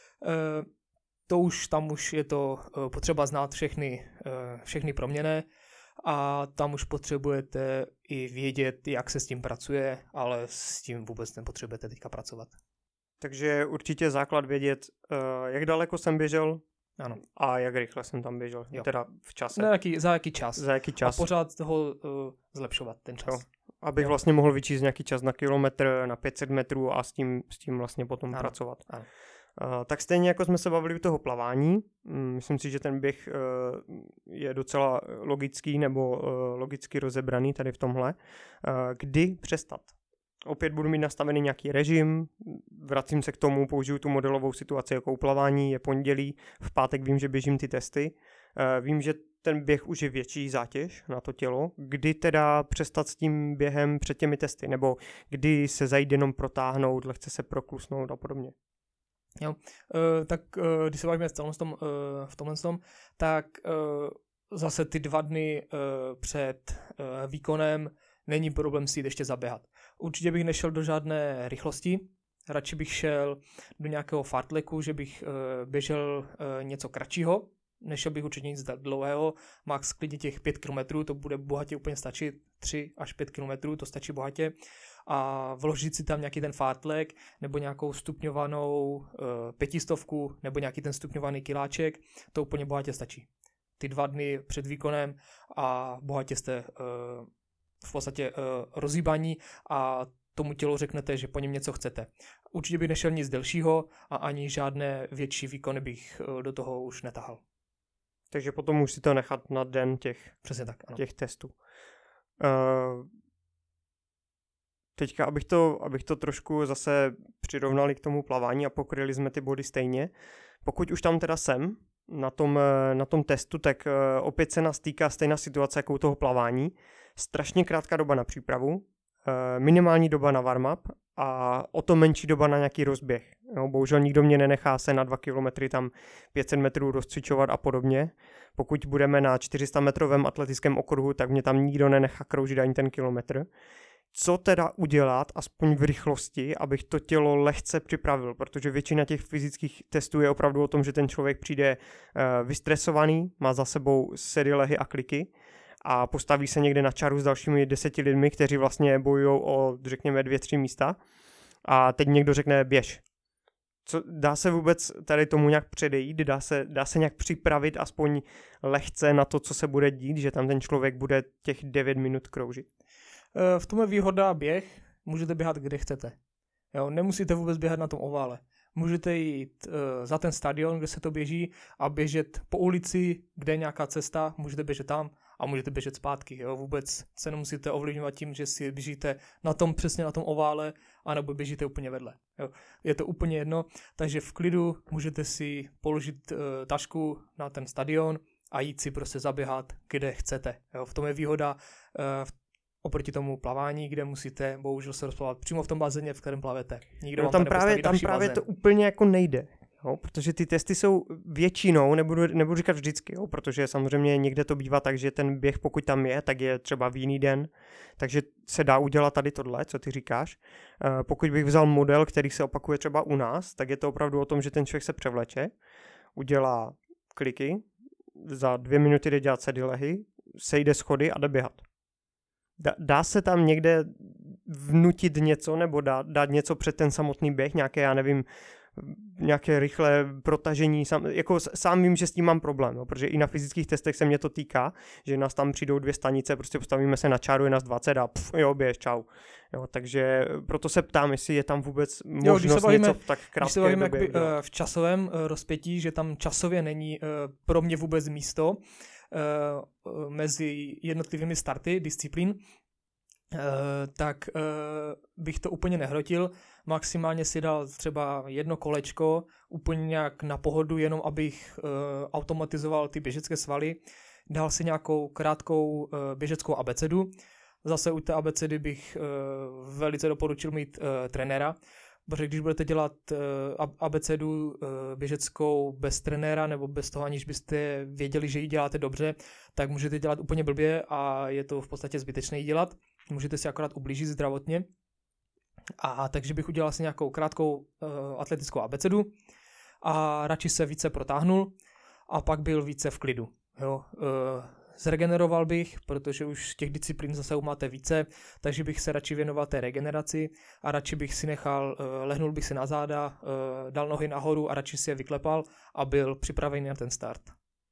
to už tam už je to uh, potřeba znát všechny, uh, všechny proměnné, a tam už potřebujete i vědět, jak se s tím pracuje, ale s tím vůbec nepotřebujete teďka pracovat. Takže určitě základ vědět, jak daleko jsem běžel, ano, a jak rychle jsem tam běžel, jo. Teda v čase. Na jaký, za jaký čas. Za jaký čas. A pořád toho uh, zlepšovat, ten čas. Jo. Abych jo. vlastně mohl vyčíst nějaký čas na kilometr, na pět set metrů a s tím, s tím vlastně potom ano. pracovat. Ano. Uh, tak stejně jako jsme se bavili u toho plavání, um, myslím si, že ten běh uh, je docela logický nebo uh, logicky rozebraný tady v tomhle. Uh, kdy přestat? Opět budu mít nastavený nějaký režim, vracím se k tomu, použiju tu modelovou situaci jako u plavání, je pondělí, v pátek vím, že běžím ty testy, uh, vím, že ten běh už je větší zátěž na to tělo, kdy teda přestat s tím během před těmi testy, nebo kdy se zajít jenom protáhnout, lehce se proklusnout a podobně. Jo, uh, tak uh, když se bavíme v tomhle, tom, uh, v tomhle tom, tak uh, zase ty dva dny uh, před uh, výkonem není problém si jít ještě zaběhat. Určitě bych nešel do žádné rychlosti, radši bych šel do nějakého fartleku, že bych uh, běžel uh, něco kratšího, nešel bych určitě nic dlouhého, max klidně těch pět kilometrů, to bude bohatě úplně stačit, tři až pět kilometrů, to stačí bohatě. A vložit si tam nějaký ten fartlek nebo nějakou stupňovanou uh, pětistovku nebo nějaký ten stupňovaný kiláček, to úplně bohatě stačí. Ty dva dny před výkonem a bohatě jste uh, v podstatě uh, rozhýbaní a tomu tělu řeknete, že po něm něco chcete. Určitě bych nešel nic delšího a ani žádné větší výkony bych uh, do toho už netahal. Takže potom musíte to nechat na den těch, Přesně tak, ano. těch testů. Uh, teďka, abych to, abych to trošku zase přirovnali k tomu plavání a pokryli jsme ty body stejně. Pokud už tam teda jsem na tom, na tom testu, tak uh, opět se nás týká stejná situace jako u toho plavání. Strašně krátká doba na přípravu, uh, minimální doba na warm-up a o to menší doba na nějaký rozběh. No, bohužel nikdo mě nenechá se na dva kilometry tam pět set metrů rozcvičovat a podobně. Pokud budeme na čtyři sta metrovém atletickém okruhu, tak mě tam nikdo nenechá kroužit ani ten kilometr. Co teda udělat, aspoň v rychlosti, abych to tělo lehce připravil, protože většina těch fyzických testů je opravdu o tom, že ten člověk přijde uh, vystresovaný, má za sebou sedy, lehy a kliky a postaví se někde na čáru s dalšími deseti lidmi, kteří vlastně bojují o, řekněme, dvě, tři místa a teď někdo řekne běž. Co, dá se vůbec tady tomu nějak předejít, dá se, dá se nějak připravit aspoň lehce na to, co se bude dít, že tam ten člověk bude těch devět minut kroužit? V tom je výhoda běh, můžete běhat kde chcete. Jo, nemusíte vůbec běhat na tom ovále. Můžete jít uh, za ten stadion, kde se to běží a běžet po ulici, kde je nějaká cesta, můžete běžet tam a můžete běžet zpátky. Jo. Vůbec se nemusíte ovlivňovat tím, že si běžíte na tom, přesně na tom ovále, anebo běžíte úplně vedle. Jo. Je to úplně jedno, takže v klidu můžete si položit uh, tašku na ten stadion a jít si prostě zaběhat, kde chcete. Jo. V tom je výhoda uh, oproti tomu plavání, kde musíte bohužel se rozplavat přímo v tom bazéně, v kterém plavete. Nikdo no, vám tam právě, tam právě to úplně jako nejde, jo? Protože ty testy jsou většinou, nebudu, nebudu říkat vždycky, jo? Protože samozřejmě někde to bývá tak, že ten běh, pokud tam je, tak je třeba v jiný den, takže se dá udělat tady tohle, co ty říkáš. Uh, pokud bych vzal model, který se opakuje třeba u nás, tak je to opravdu o tom, že ten člověk se převleče, udělá kliky, za dvě minuty jde dělat sedy, lehy, sejde schody a jde běhat. Dá, dá se tam někde vnutit něco nebo dá, dát něco před ten samotný běh, nějaké, já nevím, nějaké rychlé protažení, sám, jako sám vím, že s tím mám problém, no, protože i na fyzických testech se mě to týká, že nás tam přijdou dvě stanice, prostě postavíme se na čáru, je nás dvacet a pf, jo, běž, čau. Jo, takže proto se ptám, jestli je tam vůbec možnost jo, bavíme, něco v tak krátké době. Když se bavíme jakoby, v časovém rozpětí, že tam časově není pro mě vůbec místo, Uh, mezi jednotlivými starty disciplín, uh, tak uh, bych to úplně nehrotil. Maximálně si dal třeba jedno kolečko, úplně nějak na pohodu, jenom abych uh, automatizoval ty běžecké svaly. Dal si nějakou krátkou uh, běžeckou abecedu. Zase u té abecedy bych uh, velice doporučil mít uh, trenéra, protože když budete dělat uh, abecedu uh, běžeckou bez trenéra nebo bez toho, aniž byste věděli, že ji děláte dobře, tak můžete dělat úplně blbě a je to v podstatě zbytečné ji dělat. Můžete si akorát ublížit zdravotně. A takže bych udělal si nějakou krátkou uh, atletickou abecedu a radši se více protáhnul a pak byl více v klidu. Jo? Uh, Zregeneroval bych, protože už těch disciplín zase máte více, takže bych se radši věnoval té regeneraci a radši bych si nechal, lehnul bych si na záda, dal nohy nahoru a radši si je vyklepal a byl připravený na ten start.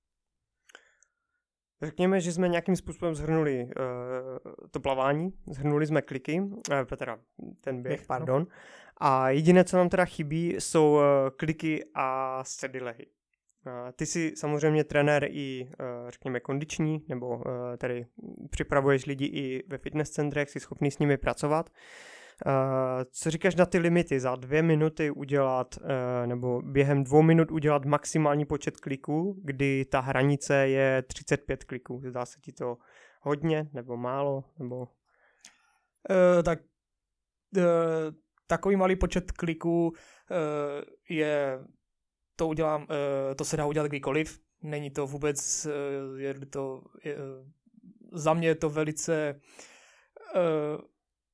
Řekněme, že jsme nějakým způsobem shrnuli uh, to plavání, shrnuli jsme kliky, uh, teda ten běh, pardon, a jediné, co nám teda chybí, jsou uh, kliky a sedy, lehy. Ty jsi samozřejmě trenér i, řekněme, kondiční, nebo tady připravuješ lidi i ve fitness centrech, jsi schopný s nimi pracovat. Co říkáš na ty limity? Za dvě minuty udělat, nebo během dvou minut udělat maximální počet kliků, kdy ta hranice je třicet pět kliků. Zdá se ti to hodně, nebo málo? Nebo... Uh, tak uh, takový malý počet kliků uh, je... To udělám, to se dá udělat kdykoliv, není to vůbec, je to, je, za mě je to velice,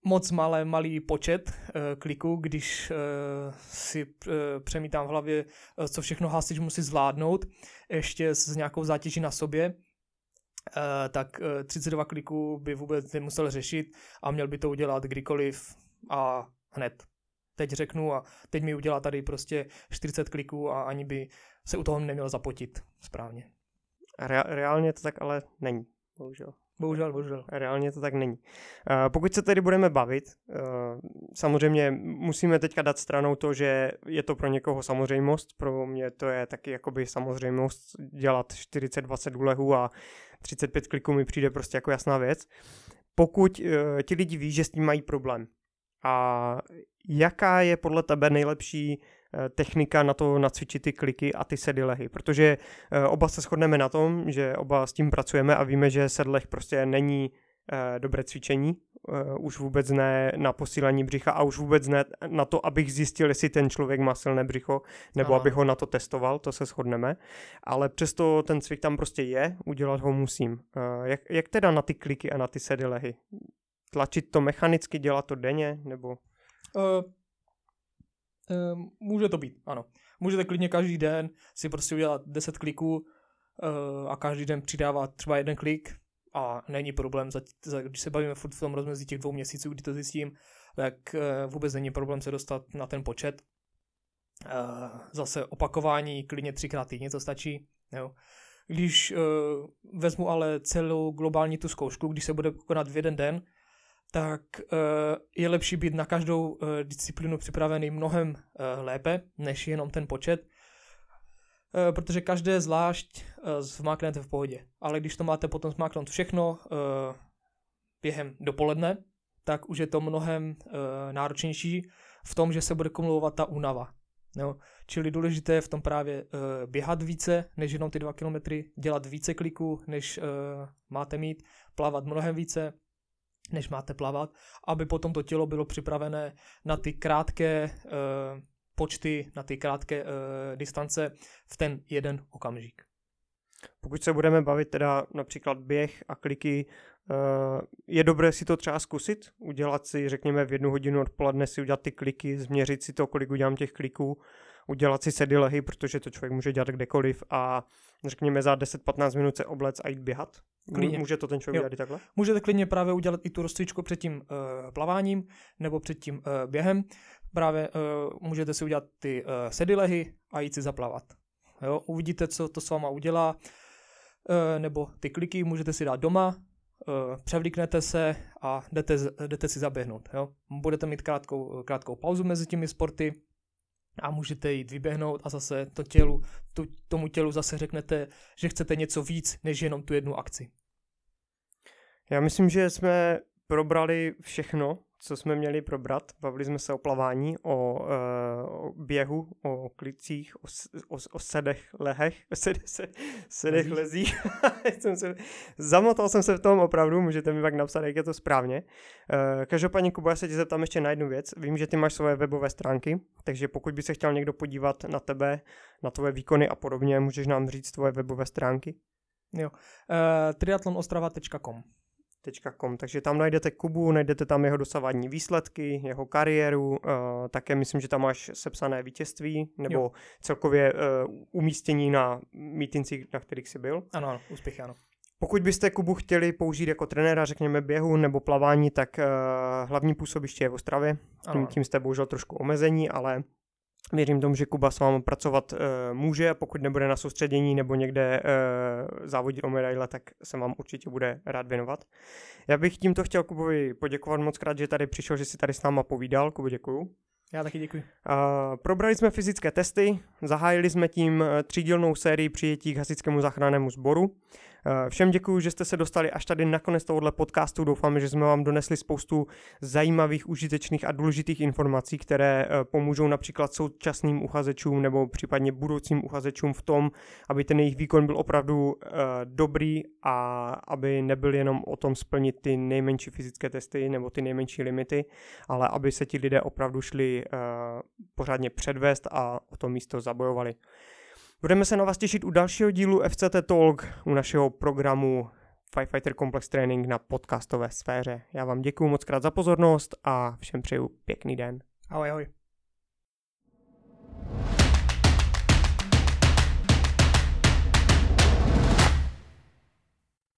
moc malé, malý počet uh, kliků, když uh, si uh, přemítám v hlavě, uh, co všechno hasič musí zvládnout, ještě s nějakou zátěží na sobě, uh, tak uh, třicet dva kliků by vůbec nemusel řešit a měl by to udělat kdykoliv a hned. Teď řeknu a teď mi udělá tady prostě čtyřicet kliků a ani by se u toho neměl zapotit správně. Re- reálně to tak ale není, bohužel. Bohužel, bohužel. Reálně to tak není. Uh, pokud se tedy budeme bavit, uh, samozřejmě musíme teďka dát stranou to, že je to pro někoho samozřejmost, pro mě to je taky jakoby samozřejmost dělat čtyřicet dvacet úlehů a třicet pět kliků mi přijde prostě jako jasná věc. Pokud uh, ti lidi ví, že s tím mají problém a jaká je podle tebe nejlepší technika na to nacvičit ty kliky a ty sedilehy, protože oba se shodneme na tom, že oba s tím pracujeme a víme, že sedleh prostě není dobré cvičení, už vůbec ne na posílení břicha a už vůbec ne na to, abych zjistil, jestli ten člověk má silné břicho, nebo Aha. abych ho na to testoval, to se shodneme, ale přesto ten cvik tam prostě je, udělat ho musím. Jak, jak teda na ty kliky a na ty sedilehy? Tlačit to mechanicky, dělat to denně, nebo... Uh... Může to být, ano. Můžete klidně každý den si prostě udělat deset kliků uh, a každý den přidávat třeba jeden klik a není problém, za, za, když se bavíme furt v tom rozmezí těch dvou měsíců, kdy to zjistím, tak uh, vůbec není problém se dostat na ten počet. Uh, zase opakování klidně třikrát týdně to stačí. Jo. Když uh, vezmu ale celou globální tu zkoušku, když se bude konat v jeden den, tak uh, je lepší být na každou uh, disciplínu připravený mnohem uh, lépe, než jenom ten počet, uh, protože každé zvlášť uh, zmáknete v pohodě. Ale když to máte potom zmáknout všechno uh, během dopoledne, tak už je to mnohem uh, náročnější v tom, že se bude kumulovat ta únava. No, čili důležité je v tom právě uh, běhat více, než jenom ty dva kilometry, dělat více kliků, než uh, máte mít, plavat mnohem více, než máte plavat, aby potom to tělo bylo připravené na ty krátké uh, počty, na ty krátké uh, distance v ten jeden okamžik. Pokud se budeme bavit teda například běh a kliky, uh, je dobré si to třeba zkusit, udělat si, řekněme, v jednu hodinu odpoledne si udělat ty kliky, změřit si to, kolik udělám těch kliků, udělat si sedilehy, protože to člověk může dělat kdekoliv a řekněme za deset patnáct minut se oblec a jít běhat. Klidně. Může to ten člověk dělat i takhle? Můžete klidně právě udělat i tu rozcvičku před tím uh, plaváním nebo před tím uh, během. Právě uh, můžete si udělat ty uh, sedilehy a jít si zaplavat. Jo? Uvidíte, co to s váma udělá. Uh, nebo ty kliky můžete si dát doma, uh, převlíknete se a jdete, jdete si zaběhnout. Jo? Budete mít krátkou, krátkou pauzu mezi těmi sporty a můžete jít vyběhnout a zase to tělu, tu, tomu tělu zase řeknete, že chcete něco víc, než jenom tu jednu akci. Já myslím, že jsme probrali všechno, co jsme měli probrat. Bavili jsme se o plavání, o, o běhu, o klicích, o, o, o sedech, lehech, sed, sed, sedech lezích. jsem se, zamotal jsem se v tom opravdu, můžete mi pak napsat, jak je to správně. Každopádně, Kubo, já se tě zeptám ještě na jednu věc. Vím, že ty máš svoje webové stránky, takže pokud by se chtěl někdo podívat na tebe, na tvoje výkony a podobně, můžeš nám říct tvoje webové stránky? Jo, uh, triatlonostrava tečka com .com, takže tam najdete Kubu, najdete tam jeho dosavadní výsledky, jeho kariéru, uh, také myslím, že tam máš sepsané vítězství, nebo jo. celkově uh, umístění na mítincích, na kterých jsi byl. Ano, ano, úspěchy, ano. Pokud byste Kubu chtěli použít jako trenéra, řekněme běhu nebo plavání, tak uh, hlavní působiště je v Ostravě. Tím, tím jste bohužel trošku omezení, ale věřím tomu, že Kuba s vámi pracovat uh, může a pokud nebude na soustředění nebo někde uh, závodit o medaile, tak se vám určitě bude rád věnovat. Já bych tímto chtěl Kubovi poděkovat moc krát, že tady přišel, že si tady s náma povídal. Kubo, děkuju. Já taky děkuji. Uh, probrali jsme fyzické testy, zahájili jsme tím třídílnou sérii přijetí k hasičskému záchrannému sboru. Uh, všem děkuji, že jste se dostali až tady nakonec tohohle podcastu. Doufáme, že jsme vám donesli spoustu zajímavých, užitečných a důležitých informací, které uh, pomůžou například současným uchazečům nebo případně budoucím uchazečům v tom, aby ten jejich výkon byl opravdu uh, dobrý a aby nebyl jenom o tom splnit ty nejmenší fyzické testy nebo ty nejmenší limity, ale aby se ti lidé opravdu šli uh, pořádně předvést a o to místo zabojovali. Budeme se na vás těšit u dalšího dílu F C T Talk, u našeho programu Firefighter Complex Training na podcastové sféře. Já vám děkuju moc krát za pozornost a všem přeju pěkný den. Ahoj, ahoj.